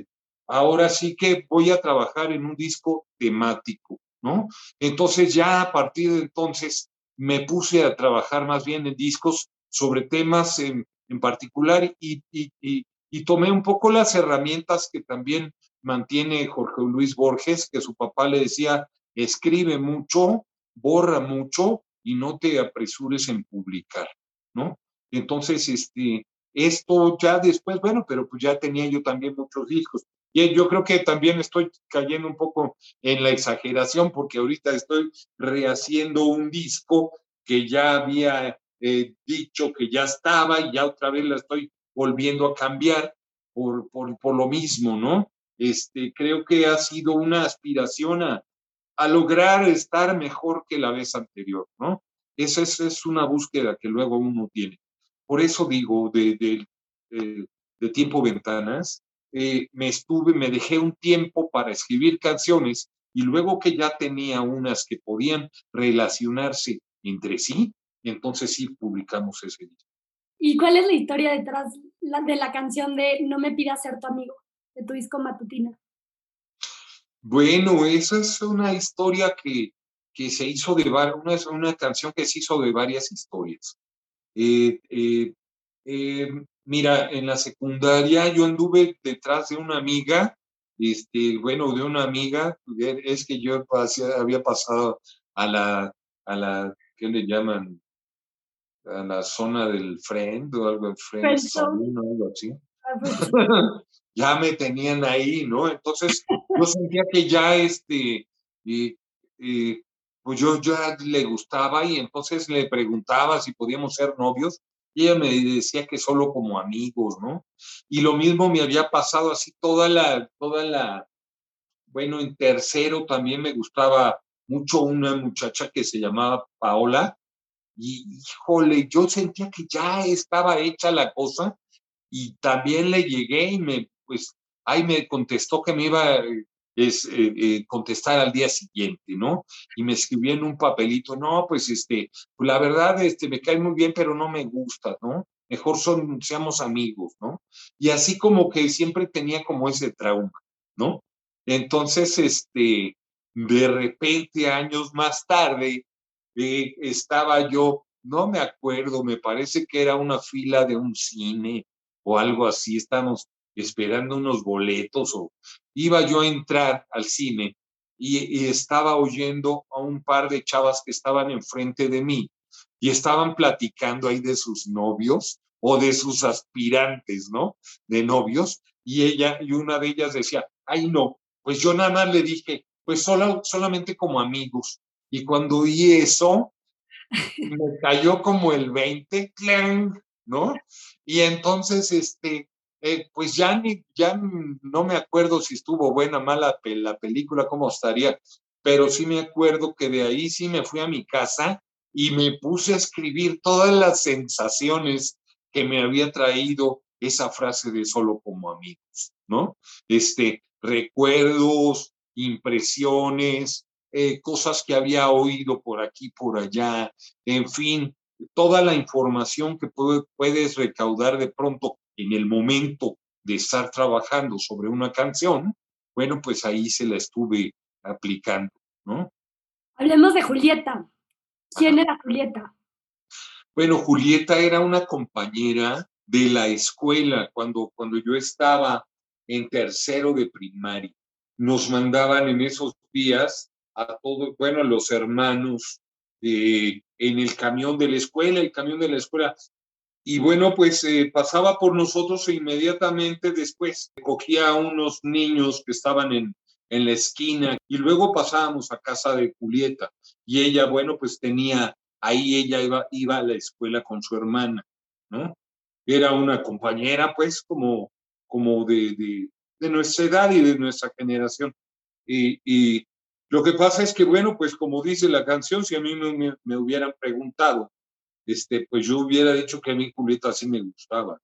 ahora sí que voy a trabajar en un disco temático, ¿no? Entonces ya a partir de entonces me puse a trabajar más bien en discos sobre temas en, en particular y, y, y, y tomé un poco las herramientas que también mantiene Jorge Luis Borges, que su papá le decía, escribe mucho, borra mucho y no te apresures en publicar, ¿no? Entonces, este, esto ya después, bueno, pero pues ya tenía yo también muchos discos. Y yo creo que también estoy cayendo un poco en la exageración porque ahorita estoy rehaciendo un disco que ya había eh, dicho que ya estaba y ya otra vez la estoy volviendo a cambiar por, por, por lo mismo, ¿no? Este, creo que ha sido una aspiración a, a lograr estar mejor que la vez anterior, ¿no? Esa es, es una búsqueda que luego uno tiene. Por eso digo, de, de, de, de tiempo ventanas, eh, me estuve, me dejé un tiempo para escribir canciones y luego que ya tenía unas que podían relacionarse entre sí, entonces sí publicamos ese disco. ¿Y cuál es la historia detrás de la canción de No me pidas ser tu amigo, de tu disco Matutina? Bueno, esa es una historia que, que se hizo de una, una canción que se hizo de varias historias. Eh, eh, eh, mira, en la secundaria yo anduve detrás de una amiga, este, bueno, de una amiga, es que yo pasé, había pasado a la, a la, ¿qué le llaman? A la zona del friend o algo, el friend zone, o algo así. Ya me tenían ahí, ¿no? Entonces yo sentía que ya este, eh, eh, pues yo ya le gustaba y entonces le preguntaba si podíamos ser novios y ella me decía que solo como amigos, ¿no? Y lo mismo me había pasado así toda la, toda la, bueno, en tercero también me gustaba mucho una muchacha que se llamaba Paola y híjole, yo sentía que ya estaba hecha la cosa y también le llegué y me, pues, ahí me contestó que me iba a es, eh, eh, contestar al día siguiente, ¿no? Y me escribió en un papelito, no, pues, este, pues la verdad, este, me cae muy bien, pero no me gusta, ¿no? Mejor son, seamos amigos, ¿no? Y así como que siempre tenía como ese trauma, ¿no? Entonces, este, de repente, años más tarde, eh, estaba yo, no me acuerdo, me parece que era una fila de un cine o algo así, estábamos esperando unos boletos o iba yo a entrar al cine y, y estaba oyendo a un par de chavas que estaban enfrente de mí y estaban platicando ahí de sus novios o de sus aspirantes, ¿no? De novios y ella y una de ellas decía, ay no, pues yo nada más le dije, pues solo, solamente como amigos. Y cuando oí eso, me cayó como el veinte, ¡clang! ¿No? Y entonces, este, eh, pues ya, ni, ya no me acuerdo si estuvo buena o mala la película, cómo estaría, pero sí me acuerdo que de ahí sí me fui a mi casa y me puse a escribir todas las sensaciones que me había traído esa frase de solo como amigos, ¿no? Este, recuerdos, impresiones, eh, cosas que había oído por aquí, por allá, en fin, toda la información que puede, puedes recaudar de pronto en el momento de estar trabajando sobre una canción, bueno, pues ahí se la estuve aplicando, ¿no? Hablemos de Julieta. ¿Quién Ajá. era Julieta? Bueno, Julieta era una compañera de la escuela cuando, cuando yo estaba en tercero de primaria. Nos mandaban en esos días a todos, bueno, a los hermanos eh, en el camión de la escuela, el camión de la escuela. Y bueno, pues eh, pasaba por nosotros e inmediatamente después cogía a unos niños que estaban en, en la esquina y luego pasábamos a casa de Julieta. Y ella, bueno, pues tenía, ahí ella iba, iba a la escuela con su hermana, ¿no? Era una compañera, pues, como, como de, de, de nuestra edad y de nuestra generación. Y, y lo que pasa es que, bueno, pues como dice la canción, si a mí me, me hubieran preguntado, este, pues yo hubiera dicho que a mí Julieta sí me gustaba.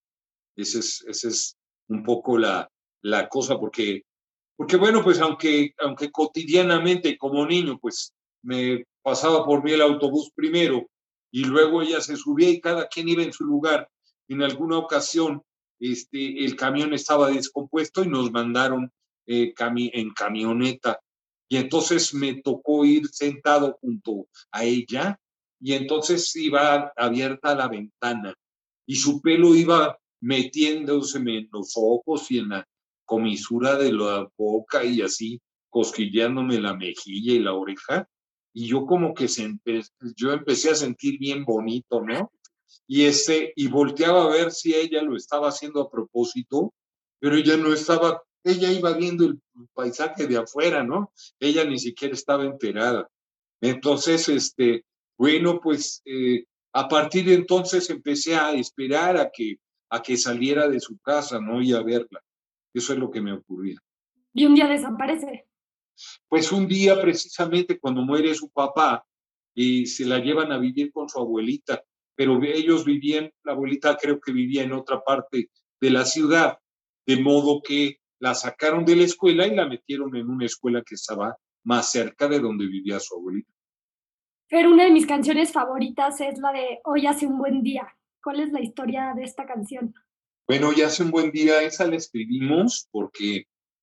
Esa es, ese es un poco la, la cosa, porque, porque bueno, pues aunque, aunque cotidianamente como niño, pues me pasaba por mí el autobús primero y luego ella se subía y cada quien iba en su lugar. En alguna ocasión este, el camión estaba descompuesto y nos mandaron eh, cami en camioneta. Y entonces me tocó ir sentado junto a ella y entonces iba abierta la ventana y su pelo iba metiéndoseme en los ojos y en la comisura de la boca y así cosquilleándome la mejilla y la oreja. Y yo como que se empe yo empecé a sentir bien bonito, ¿no? Y, este, y volteaba a ver si ella lo estaba haciendo a propósito, pero ella no estaba, ella iba viendo el paisaje de afuera, ¿no? Ella ni siquiera estaba enterada. Entonces, este, bueno, pues eh, a partir de entonces empecé a esperar a que, a que saliera de su casa, ¿no? Y a verla. Eso es lo que me ocurría. Y un día desaparece. Pues un día, precisamente cuando muere su papá, y se la llevan a vivir con su abuelita, pero ellos vivían, la abuelita creo que vivía en otra parte de la ciudad, de modo que la sacaron de la escuela y la metieron en una escuela que estaba más cerca de donde vivía su abuelita. Pero una de mis canciones favoritas es la de Hoy hace un buen día. ¿Cuál es la historia de esta canción? Bueno, ya hace un buen día, esa la escribimos porque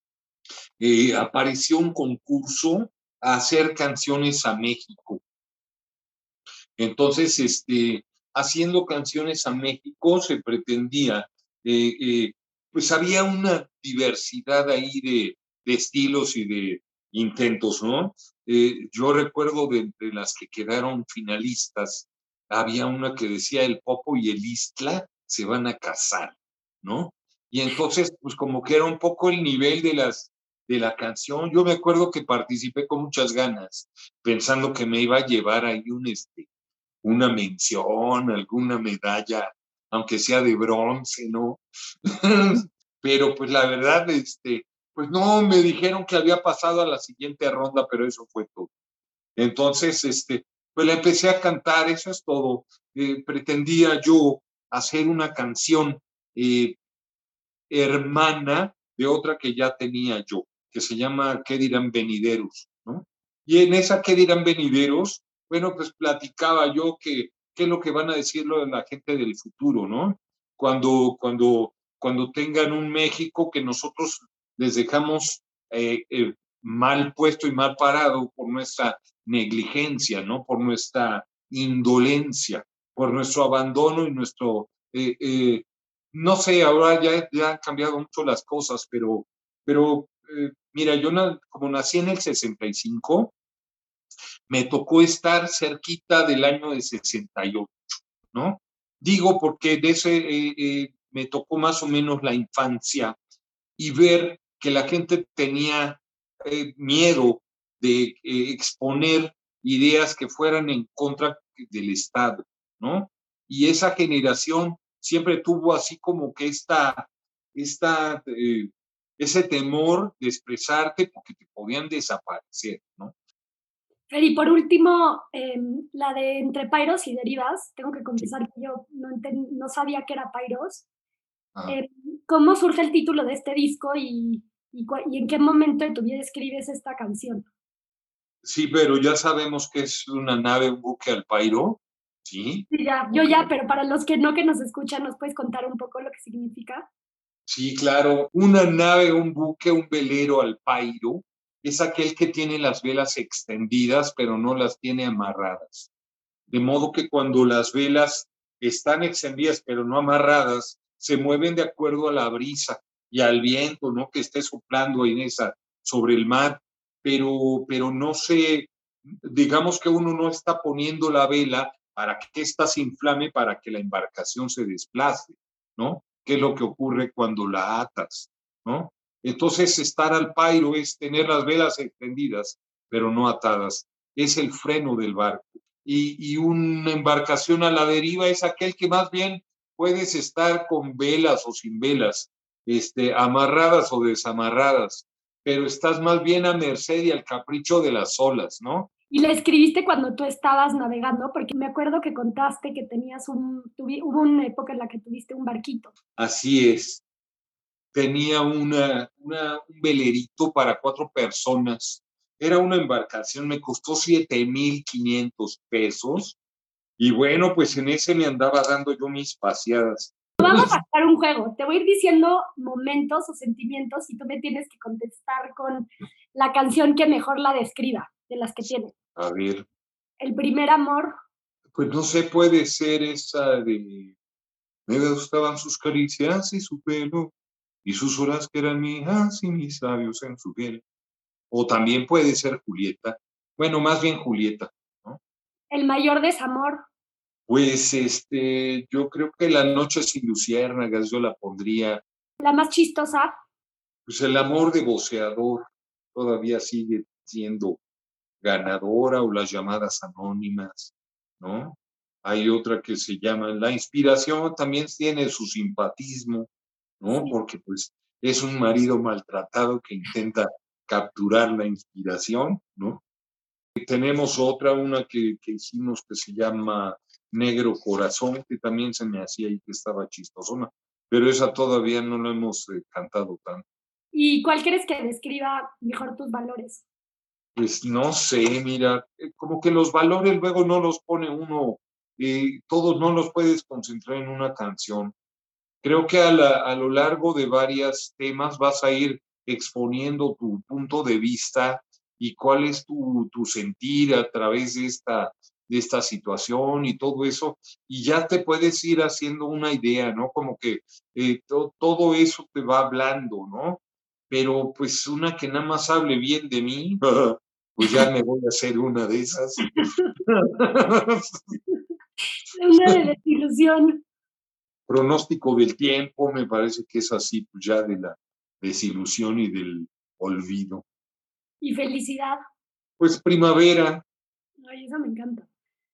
eh, apareció un concurso a hacer canciones a México. Entonces, este, haciendo canciones a México se pretendía, eh, eh, pues había una diversidad ahí de, de estilos y de intentos, ¿no? Eh, yo recuerdo de, de las que quedaron finalistas, había una que decía el Popo y el Istla se van a casar, ¿no? Y entonces, pues como que era un poco el nivel de las de la canción. Yo me acuerdo que participé con muchas ganas, pensando que me iba a llevar ahí un este una mención, alguna medalla, aunque sea de bronce, ¿no? Pero pues la verdad, este, pues no, me dijeron que había pasado a la siguiente ronda, pero eso fue todo. Entonces, este, pues la empecé a cantar, eso es todo. Eh, pretendía yo hacer una canción eh, hermana de otra que ya tenía yo, que se llama ¿Qué dirán venideros? ¿No? Y en esa ¿Qué dirán venideros? Bueno, pues platicaba yo que qué es lo que van a decir la gente del futuro, ¿no? Cuando, cuando, cuando tengan un México que nosotros les dejamos eh, eh, mal puesto y mal parado por nuestra negligencia, ¿no? Por nuestra indolencia, por nuestro abandono y nuestro eh, eh, no sé, ahora ya, ya han cambiado mucho las cosas, pero, pero eh, mira, yo na, como nací en el sesenta y cinco, me tocó estar cerquita del año de sesenta y ocho, ¿no? Digo porque de ese eh, eh, me tocó más o menos la infancia y ver que la gente tenía eh, miedo de eh, exponer ideas que fueran en contra del Estado, ¿no? Y esa generación siempre tuvo así como que esta, esta eh, ese temor de expresarte porque te podían desaparecer, ¿no? Fer, y por último, eh, la de Entre Pairos y Derivas, tengo que confesar que yo no, no sabía que era Pairos. Ah. Eh, ¿Cómo surge el título de este disco y, y, y en qué momento de tu vida escribes esta canción? Sí, pero ya sabemos que es una nave, un buque al pairo, ¿sí? Sí, ya, yo ya, pero para los que no que nos escuchan, ¿nos puedes contar un poco lo que significa? Sí, claro. Una nave, un buque, un velero al pairo es aquel que tiene las velas extendidas, pero no las tiene amarradas. De modo que cuando las velas están extendidas, pero no amarradas, se mueven de acuerdo a la brisa y al viento, ¿no? Que esté soplando en esa, sobre el mar, pero, pero no se, digamos que uno no está poniendo la vela para que ésta se inflame, para que la embarcación se desplace, ¿no? ¿Qué es lo que ocurre cuando la atas, ¿no? Entonces, estar al pairo es tener las velas extendidas, pero no atadas. Es el freno del barco. Y, y una embarcación a la deriva es aquel que más bien puedes estar con velas o sin velas, este, amarradas o desamarradas, pero estás más bien a merced y al capricho de las olas, ¿no? Y la escribiste cuando tú estabas navegando, porque me acuerdo que contaste que tenías un, tuvi, hubo una época en la que tuviste un barquito. Así es. Tenía una, una, un velerito para cuatro personas. Era una embarcación, me costó siete mil quinientos pesos. Y bueno, pues en ese me andaba dando yo mis paseadas. Vamos a jugar un juego. Te voy a ir diciendo momentos o sentimientos y tú me tienes que contestar con la canción que mejor la describa de las que tienes. A ver. El primer amor. Pues no sé, puede ser esa de me gustaban sus caricias y su pelo y sus horas que eran mías y mis labios en su piel. O también puede ser Julieta. Bueno, más bien Julieta, ¿no? El mayor desamor. Pues este, yo creo que La noche sin luciérnagas yo la pondría. La más chistosa. Pues El amor de voceador todavía sigue siendo ganadora, o Las llamadas anónimas, ¿no? Hay otra que se llama La inspiración, también tiene su simpatismo, ¿no? Sí. Porque pues es un marido maltratado que intenta capturar la inspiración, ¿no? Y tenemos otra, una que, que hicimos que se llama Negro Corazón, que también se me hacía ahí que estaba chistosona, pero esa todavía no la hemos eh, cantado tanto. ¿Y cuál quieres que describa mejor tus valores? Pues no sé, mira, eh, como que los valores luego no los pone uno, eh, todos no los puedes concentrar en una canción. Creo que a, la, a lo largo de varios temas vas a ir exponiendo tu punto de vista y cuál es tu, tu sentir a través de esta, de esta situación y todo eso, y ya te puedes ir haciendo una idea, ¿no? Como que eh, to, todo eso te va hablando, ¿no? Pero pues una que nada más hable bien de mí, pues ya me voy a hacer una de esas. Una de desilusión. Pronóstico del tiempo, me parece que es así, pues ya de la desilusión y del olvido. Y felicidad. Pues Primavera. Ay, eso me encanta.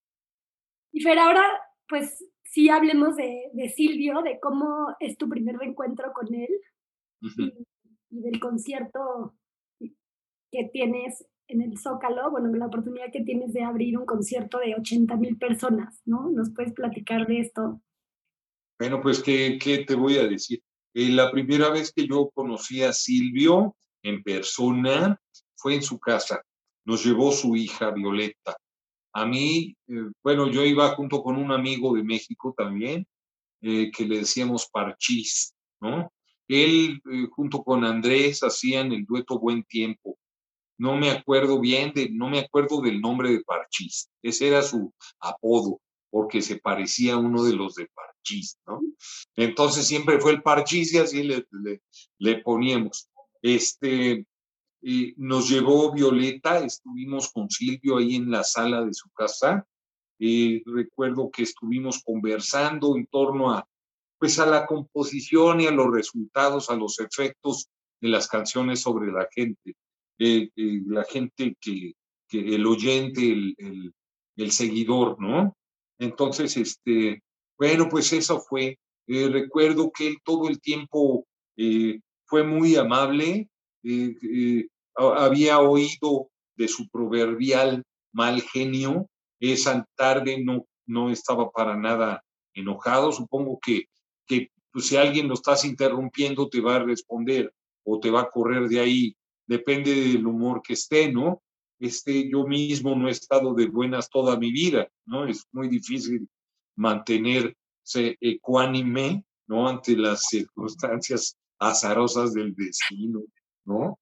Y Fer, ahora, pues sí hablemos de, de Silvio, de cómo es tu primer reencuentro con él Uh-huh. y, y del concierto que tienes en el Zócalo, bueno, la oportunidad que tienes de abrir un concierto de ochenta mil personas, ¿no? ¿Nos puedes platicar de esto? Bueno, pues, ¿qué, qué te voy a decir? Eh, la primera vez que yo conocí a Silvio en persona fue en su casa. Nos llevó su hija Violeta. A mí, eh, bueno, yo iba junto con un amigo de México también, eh, que le decíamos Parchís, ¿no? Él, eh, junto con Andrés, hacían el dueto Buen Tiempo. No me acuerdo bien de, no me acuerdo del nombre de Parchís. Ese era su apodo, porque se parecía a uno de los de Parchís, ¿no? Entonces siempre fue el Parchís y así le, le, le poníamos. Este, eh, nos llevó Violeta, estuvimos con Silvio ahí en la sala de su casa. Eh, recuerdo que estuvimos conversando en torno a, pues, a la composición y a los resultados, a los efectos de las canciones sobre la gente. Eh, eh, la gente que, que el oyente, el, el, el, seguidor, ¿no? Entonces, este, bueno, pues eso fue. Eh, recuerdo que él todo el tiempo eh, fue muy amable, eh, eh, había oído de su proverbial mal genio, esa tarde no, no estaba para nada enojado, supongo que, que pues, si alguien lo estás interrumpiendo te va a responder o te va a correr de ahí, depende del humor que esté, ¿no? Este, yo mismo no he estado de buenas toda mi vida, ¿no? Es muy difícil mantenerse ecuánime, ¿no? Ante las circunstancias azarosas del destino, ¿no?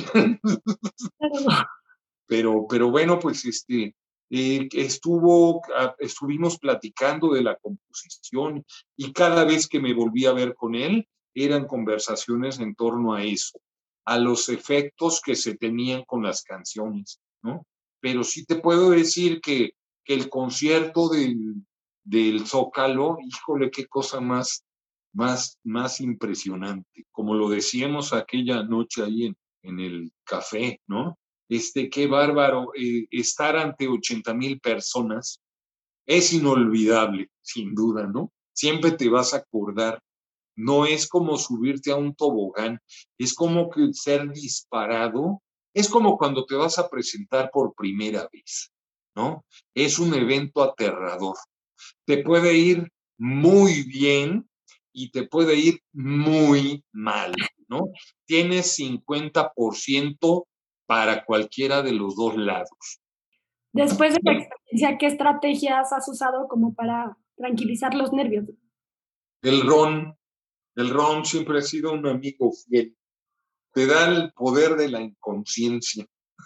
pero, pero bueno, pues este, eh, estuvo, estuvimos platicando de la composición y cada vez que me volví a ver con él, eran conversaciones en torno a eso, a los efectos que se tenían con las canciones, ¿no? Pero sí te puedo decir que, que el concierto del, del Zócalo, híjole, qué cosa más, más, más impresionante. Como lo decíamos aquella noche ahí en, en el café, ¿no? Este, qué bárbaro, eh, estar ante ochenta mil personas es inolvidable, sin duda, ¿no? Siempre te vas a acordar. No es como subirte a un tobogán, es como que ser disparado, es como cuando te vas a presentar por primera vez, ¿no? Es un evento aterrador. Te puede ir muy bien y te puede ir muy mal, ¿no? Tienes cincuenta por ciento para cualquiera de los dos lados. Después de la experiencia, ¿qué estrategias has usado como para tranquilizar los nervios? El ron, el ron siempre ha sido un amigo fiel. Te da el poder de la inconsciencia.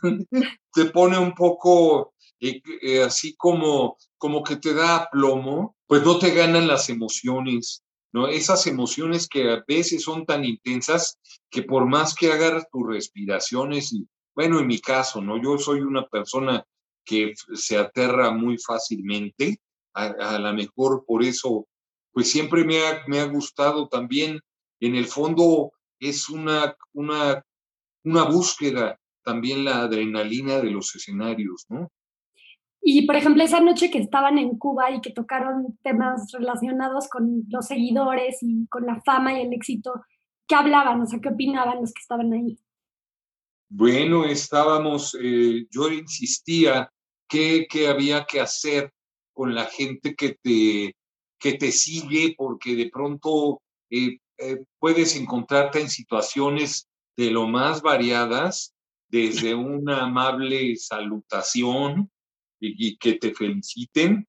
Te pone un poco eh, eh, así como, como que te da plomo, pues no te ganan las emociones, ¿no? Esas emociones que a veces son tan intensas que por más que hagas tus respiraciones, y bueno, en mi caso, ¿no? Yo soy una persona que se aterra muy fácilmente, a, a lo mejor por eso, pues siempre me ha, me ha gustado también, en el fondo es una, una, una búsqueda también la adrenalina de los escenarios, ¿no? Y, por ejemplo, esa noche que estaban en Cuba y que tocaron temas relacionados con los seguidores y con la fama y el éxito, ¿qué hablaban? O sea, ¿qué opinaban los que estaban ahí? Bueno, estábamos, eh, yo insistía que, que había que hacer con la gente que te, que te sigue, porque de pronto eh, eh, puedes encontrarte en situaciones de lo más variadas, desde una amable salutación y, y que te feliciten,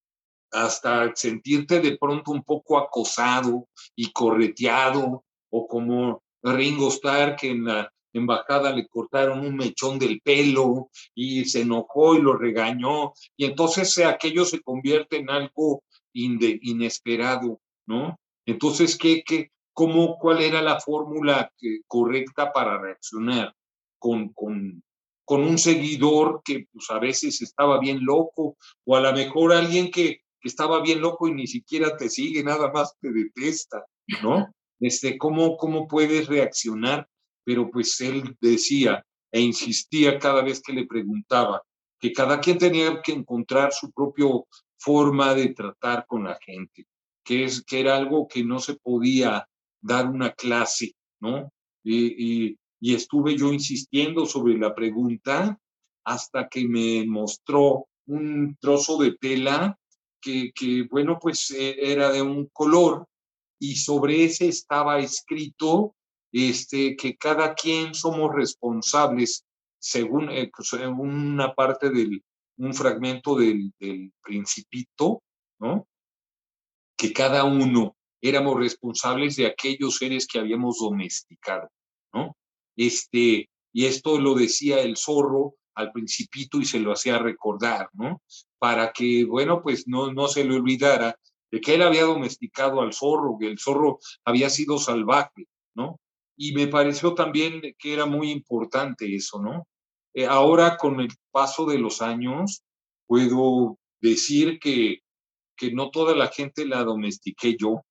hasta sentirte de pronto un poco acosado y correteado, o como Ringo Starr, que en la embajada le cortaron un mechón del pelo y se enojó y lo regañó, y entonces eh, aquello se convierte en algo inde, inesperado, ¿no? Entonces, ¿qué, qué, cómo, ¿cuál era la fórmula que, correcta para reaccionar con, con, con un seguidor que pues, a veces estaba bien loco, o a lo mejor alguien que que estaba bien loco y ni siquiera te sigue, nada más te detesta, ¿no? Este, ¿cómo, cómo puedes reaccionar? Pero pues él decía e insistía cada vez que le preguntaba que cada quien tenía que encontrar su propia forma de tratar con la gente, que, es, que era algo que no se podía dar una clase, ¿no? Y, y, y estuve yo insistiendo sobre la pregunta hasta que me mostró un trozo de tela que, que bueno, pues eh, era de un color y sobre ese estaba escrito este, que cada quien somos responsables, según, eh, según una parte del, un fragmento del, del Principito, ¿no? Que cada uno éramos responsables de aquellos seres que habíamos domesticado, ¿no? Este, y esto lo decía el zorro al Principito y se lo hacía recordar, ¿no? Para que, bueno, pues no, no se le olvidara de que él había domesticado al zorro, que el zorro había sido salvaje, ¿no? Y me pareció también que era muy importante eso, ¿no? Eh, ahora, con el paso de los años, puedo decir que que no toda la gente la domestiqué yo,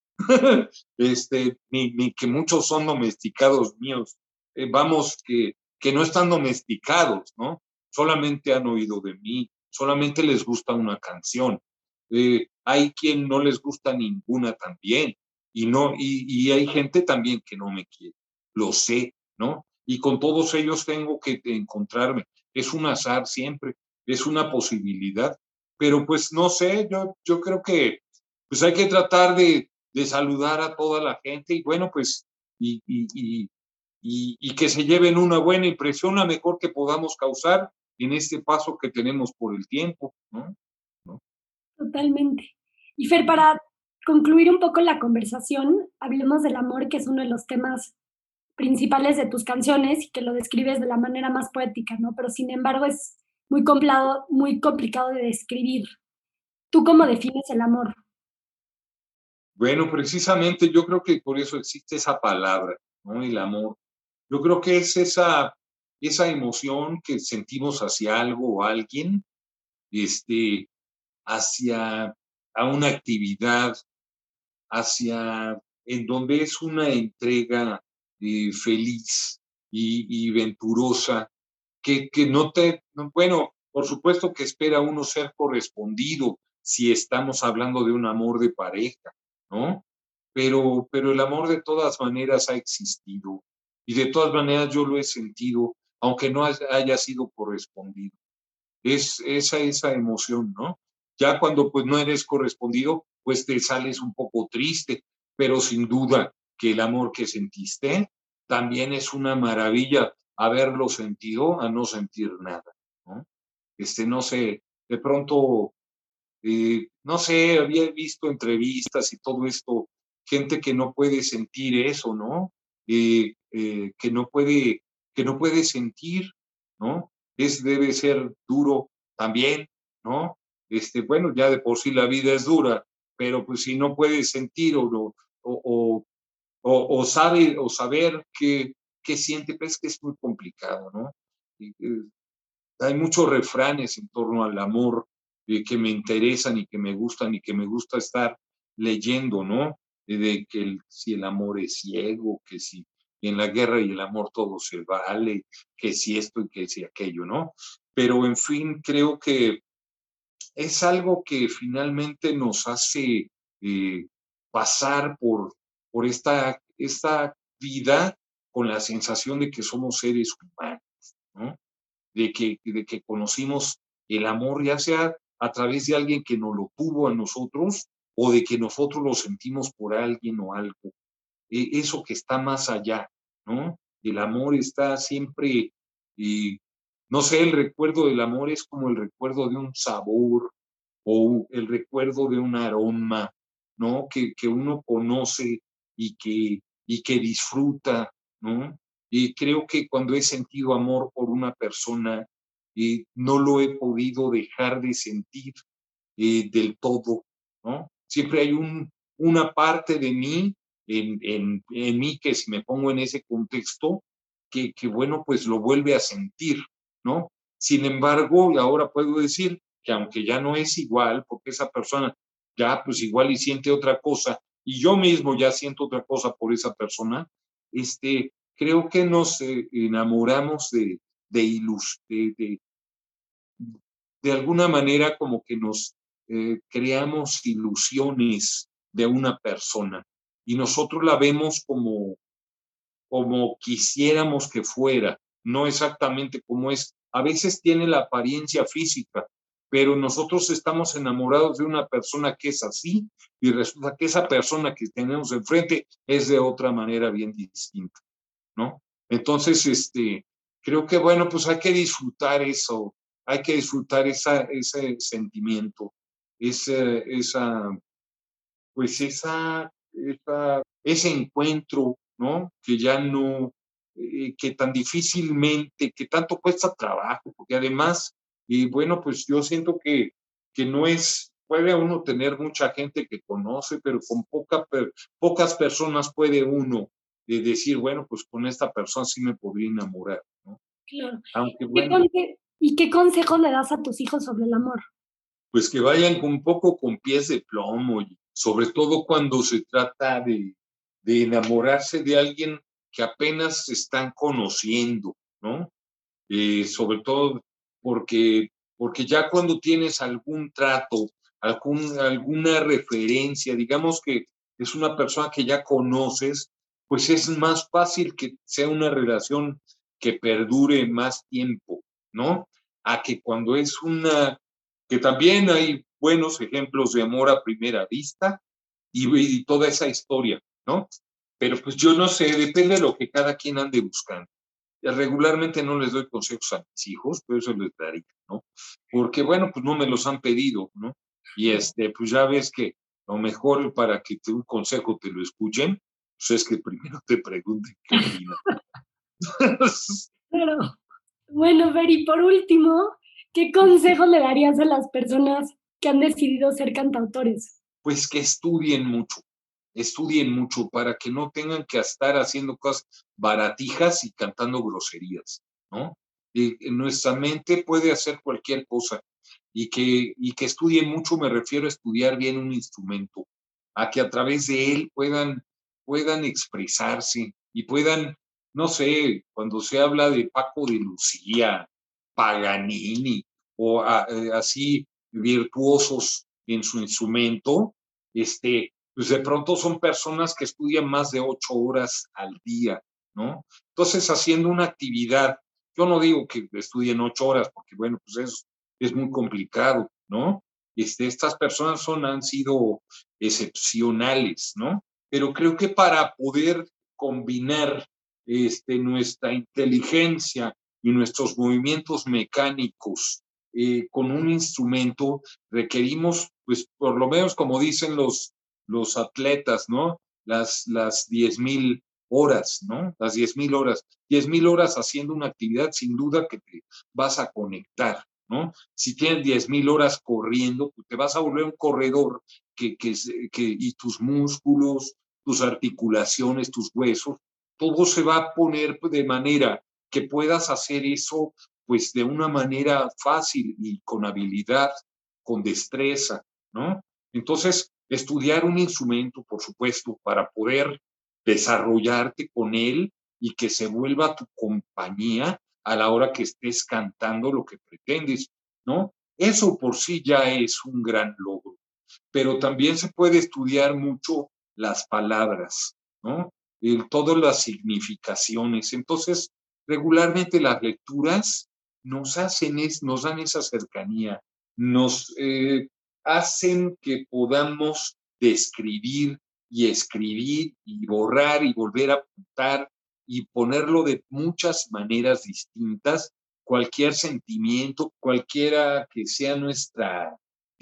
este, ni, ni, que muchos son domesticados míos. Eh, vamos, que, que no están domesticados, ¿no? Solamente han oído de mí, solamente les gusta una canción. Eh, hay quien no les gusta ninguna también, y, no, y, y hay gente también que no me quiere, lo sé, ¿no? Y con todos ellos tengo que encontrarme. Es un azar siempre, es una posibilidad, pero pues no sé, yo, yo creo que pues hay que tratar de, de saludar a toda la gente y bueno, pues y, y, y, y, y que se lleven una buena impresión, la mejor que podamos causar en este paso que tenemos por el tiempo, ¿no? ¿No? Totalmente. Y Fer, para concluir un poco la conversación, hablemos del amor, que es uno de los temas principales de tus canciones y que lo describes de la manera más poética, ¿no? Pero sin embargo es muy complicado, muy complicado de describir. ¿Tú cómo defines el amor? Bueno, precisamente yo creo que por eso existe esa palabra, ¿no? El amor. Yo creo que es esa, esa emoción que sentimos hacia algo o alguien, este, hacia a una actividad, hacia en donde es una entrega eh, feliz y, y venturosa, que, que no te, no, bueno, por supuesto que espera uno ser correspondido si estamos hablando de un amor de pareja, ¿no? Pero, pero el amor de todas maneras ha existido y de todas maneras yo lo he sentido, aunque no haya sido correspondido. Es esa, esa emoción, ¿no? Ya cuando pues no eres correspondido, pues te sales un poco triste, pero sin duda que el amor que sentiste también es una maravilla haberlo sentido a no sentir nada, ¿no? Este, no sé, de pronto, eh, no sé, había visto entrevistas y todo esto gente que no puede sentir eso, ¿no? Eh, eh, que no puede, que no puede sentir, ¿no? Es, debe ser duro también, ¿no? Este, bueno, ya de por sí la vida es dura, pero pues si no puede sentir o, o, o, o, o sabe, o saber qué, qué siente, pues es que es muy complicado, ¿no? Y, eh, hay muchos refranes en torno al amor eh, que me interesan y que me gustan y que me gusta estar leyendo, ¿no? Eh, de que el, si el amor es ciego, que si en la guerra y el amor todo se vale, que si esto y que si aquello, ¿no? Pero en fin, creo que es algo que finalmente nos hace eh, pasar por, por esta, esta vida con la sensación de que somos seres humanos, ¿no? De que, de que conocimos el amor, ya sea a través de alguien que nos lo tuvo a nosotros o de que nosotros lo sentimos por alguien o algo. E- eso que está más allá, ¿no? El amor está siempre, y no sé, el recuerdo del amor es como el recuerdo de un sabor o el recuerdo de un aroma, ¿no? Que, que uno conoce y que, y que disfruta, ¿no? Y creo que cuando he sentido amor por una persona, eh, no lo he podido dejar de sentir eh, del todo, ¿no? Siempre hay un, una parte de mí, en, en, en mí, que si me pongo en ese contexto, que, que bueno, pues lo vuelve a sentir, ¿no? Sin embargo, ahora puedo decir que aunque ya no es igual, porque esa persona ya pues igual y siente otra cosa, y yo mismo ya siento otra cosa por esa persona, este, creo que nos eh, enamoramos de, de, ilus, de, de, de alguna manera como que nos eh, creamos ilusiones de una persona y nosotros la vemos como, como quisiéramos que fuera, no exactamente como es. A veces tiene la apariencia física, pero nosotros estamos enamorados de una persona que es así y resulta que esa persona que tenemos enfrente es de otra manera bien distinta, ¿no? Entonces, este, creo que, bueno, pues hay que disfrutar eso, hay que disfrutar esa, ese sentimiento, ese, esa, pues esa, esa, ese encuentro, ¿no? Que ya no, eh, que tan difícilmente, que tanto cuesta trabajo, porque además, y bueno, pues yo siento que, que no es, puede uno tener mucha gente que conoce, pero con poca, per, pocas personas puede uno eh, decir, bueno, pues con esta persona sí me podría enamorar, ¿no? Claro. Aunque ¿Qué bueno, conse- ¿Y qué consejos le das a tus hijos sobre el amor? pues que vayan un poco con pies de plomo, y sobre todo cuando se trata de, de enamorarse de alguien que apenas se están conociendo, ¿no? Eh, sobre todo porque, porque ya cuando tienes algún trato, algún, alguna referencia, digamos que es una persona que ya conoces, pues es más fácil que sea una relación que perdure más tiempo, ¿no? A que cuando es una, que también hay buenos ejemplos de amor a primera vista y, y toda esa historia, ¿no? Pero pues yo no sé, depende de lo que cada quien ande buscando. Regularmente no les doy consejos a mis hijos, pero eso les daría, ¿no? Porque, bueno, pues no me los han pedido, ¿no? Y este, pues ya ves que lo mejor para que te, un consejo te lo escuchen, pues es que primero te pregunten qué opinan. Claro. Bueno, Fer, y por último, ¿qué consejos le darías a las personas que han decidido ser cantautores? Pues que estudien mucho, estudien mucho para que no tengan que estar haciendo cosas baratijas y cantando groserías, ¿no? Y nuestra mente puede hacer cualquier cosa y que, y que estudien mucho, me refiero a estudiar bien un instrumento, a que a través de él puedan, puedan expresarse y puedan, no sé, cuando se habla de Paco de Lucía, Paganini o a, eh, así virtuosos en su instrumento, este, pues de pronto son personas que estudian más de ocho horas al día, ¿no? Entonces, haciendo una actividad, yo no digo que estudien ocho horas, porque bueno, pues es, es muy complicado, ¿no? Este, estas personas son, han sido excepcionales, ¿no? Pero creo que para poder combinar este, nuestra inteligencia y nuestros movimientos mecánicos eh, con un instrumento, requerimos, pues por lo menos como dicen los, los atletas, ¿no? las, las diez mil horas, ¿no? Las diez mil horas. diez mil horas haciendo una actividad, sin duda que te vas a conectar, ¿no? Si tienes diez mil horas corriendo, pues te vas a volver un corredor que, que, que, y tus músculos, tus articulaciones, tus huesos, todo se va a poner de manera que puedas hacer eso pues de una manera fácil y con habilidad, con destreza, ¿no? Entonces, estudiar un instrumento, por supuesto, para poder desarrollarte con él y que se vuelva tu compañía a la hora que estés cantando lo que pretendes, ¿no? Eso por sí ya es un gran logro, pero también se puede estudiar mucho las palabras, ¿no? El, todas las significaciones. Entonces, regularmente las lecturas nos hacen, es, nos dan esa cercanía, nos eh, hacen que podamos describir y escribir y borrar y volver a apuntar y ponerlo de muchas maneras distintas, cualquier sentimiento, cualquiera que sea nuestro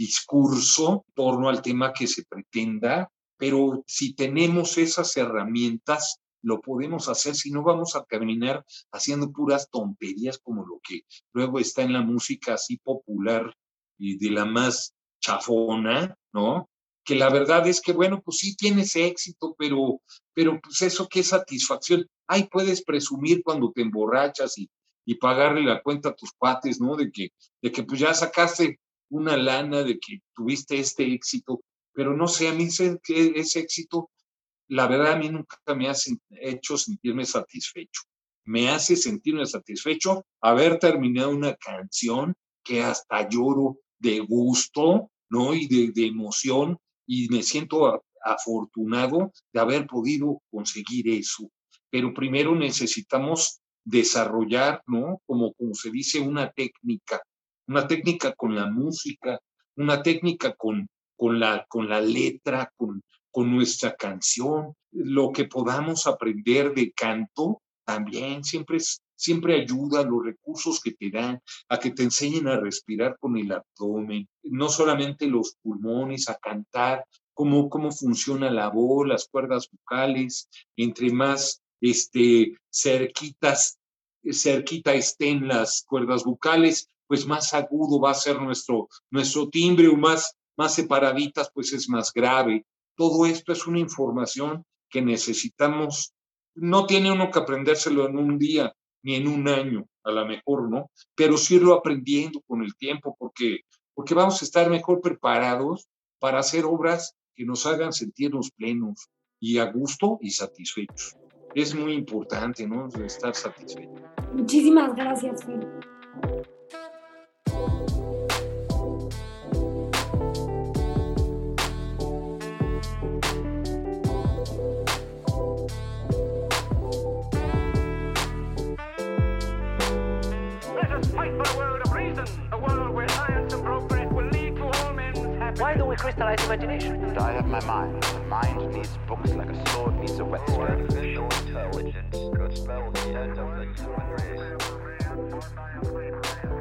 discurso en torno al tema que se pretenda, pero si tenemos esas herramientas, lo podemos hacer, si no vamos a terminar haciendo puras tonterías como lo que luego está en la música así popular y de la más chafona, ¿no? Que la verdad es que, bueno, pues sí tienes éxito, pero, pero pues eso qué satisfacción. Ay, puedes presumir cuando te emborrachas y, y pagarle la cuenta a tus cuates, ¿no? De que, de que pues ya sacaste una lana, de que tuviste este éxito, pero no sé, a mí ese, ese éxito, la verdad a mí nunca me ha hecho sentirme satisfecho. Me hace sentirme satisfecho haber terminado una canción que hasta lloro de gusto, ¿no? Y de, de emoción, y me siento afortunado de haber podido conseguir eso. Pero primero necesitamos desarrollar, ¿no? Como, como se dice, una técnica, una técnica con la música, una técnica con, con, la, con la letra, con, con nuestra canción, lo que podamos aprender de canto también siempre, es, siempre ayuda, los recursos que te dan a que te enseñen a respirar con el abdomen, no solamente los pulmones, a cantar, cómo, cómo funciona la voz, las cuerdas vocales, entre más este, cerquitas, cerquita estén las cuerdas vocales, pues más agudo va a ser nuestro, nuestro timbre, o más, más separaditas, pues es más grave. Todo esto es una información que necesitamos. No tiene uno que aprendérselo en un día, ni en un año, a lo mejor, ¿no? Pero sí irlo aprendiendo con el tiempo, porque, porque vamos a estar mejor preparados para hacer obras que nos hagan sentirnos plenos y a gusto y satisfechos. Es muy importante, ¿no? Estar satisfechos. Muchísimas gracias, Fer. Why don't we crystallize imagination? I have my mind. The mind needs books like a sword needs a whetstone. Artificial intelligence could spell the end of the human race.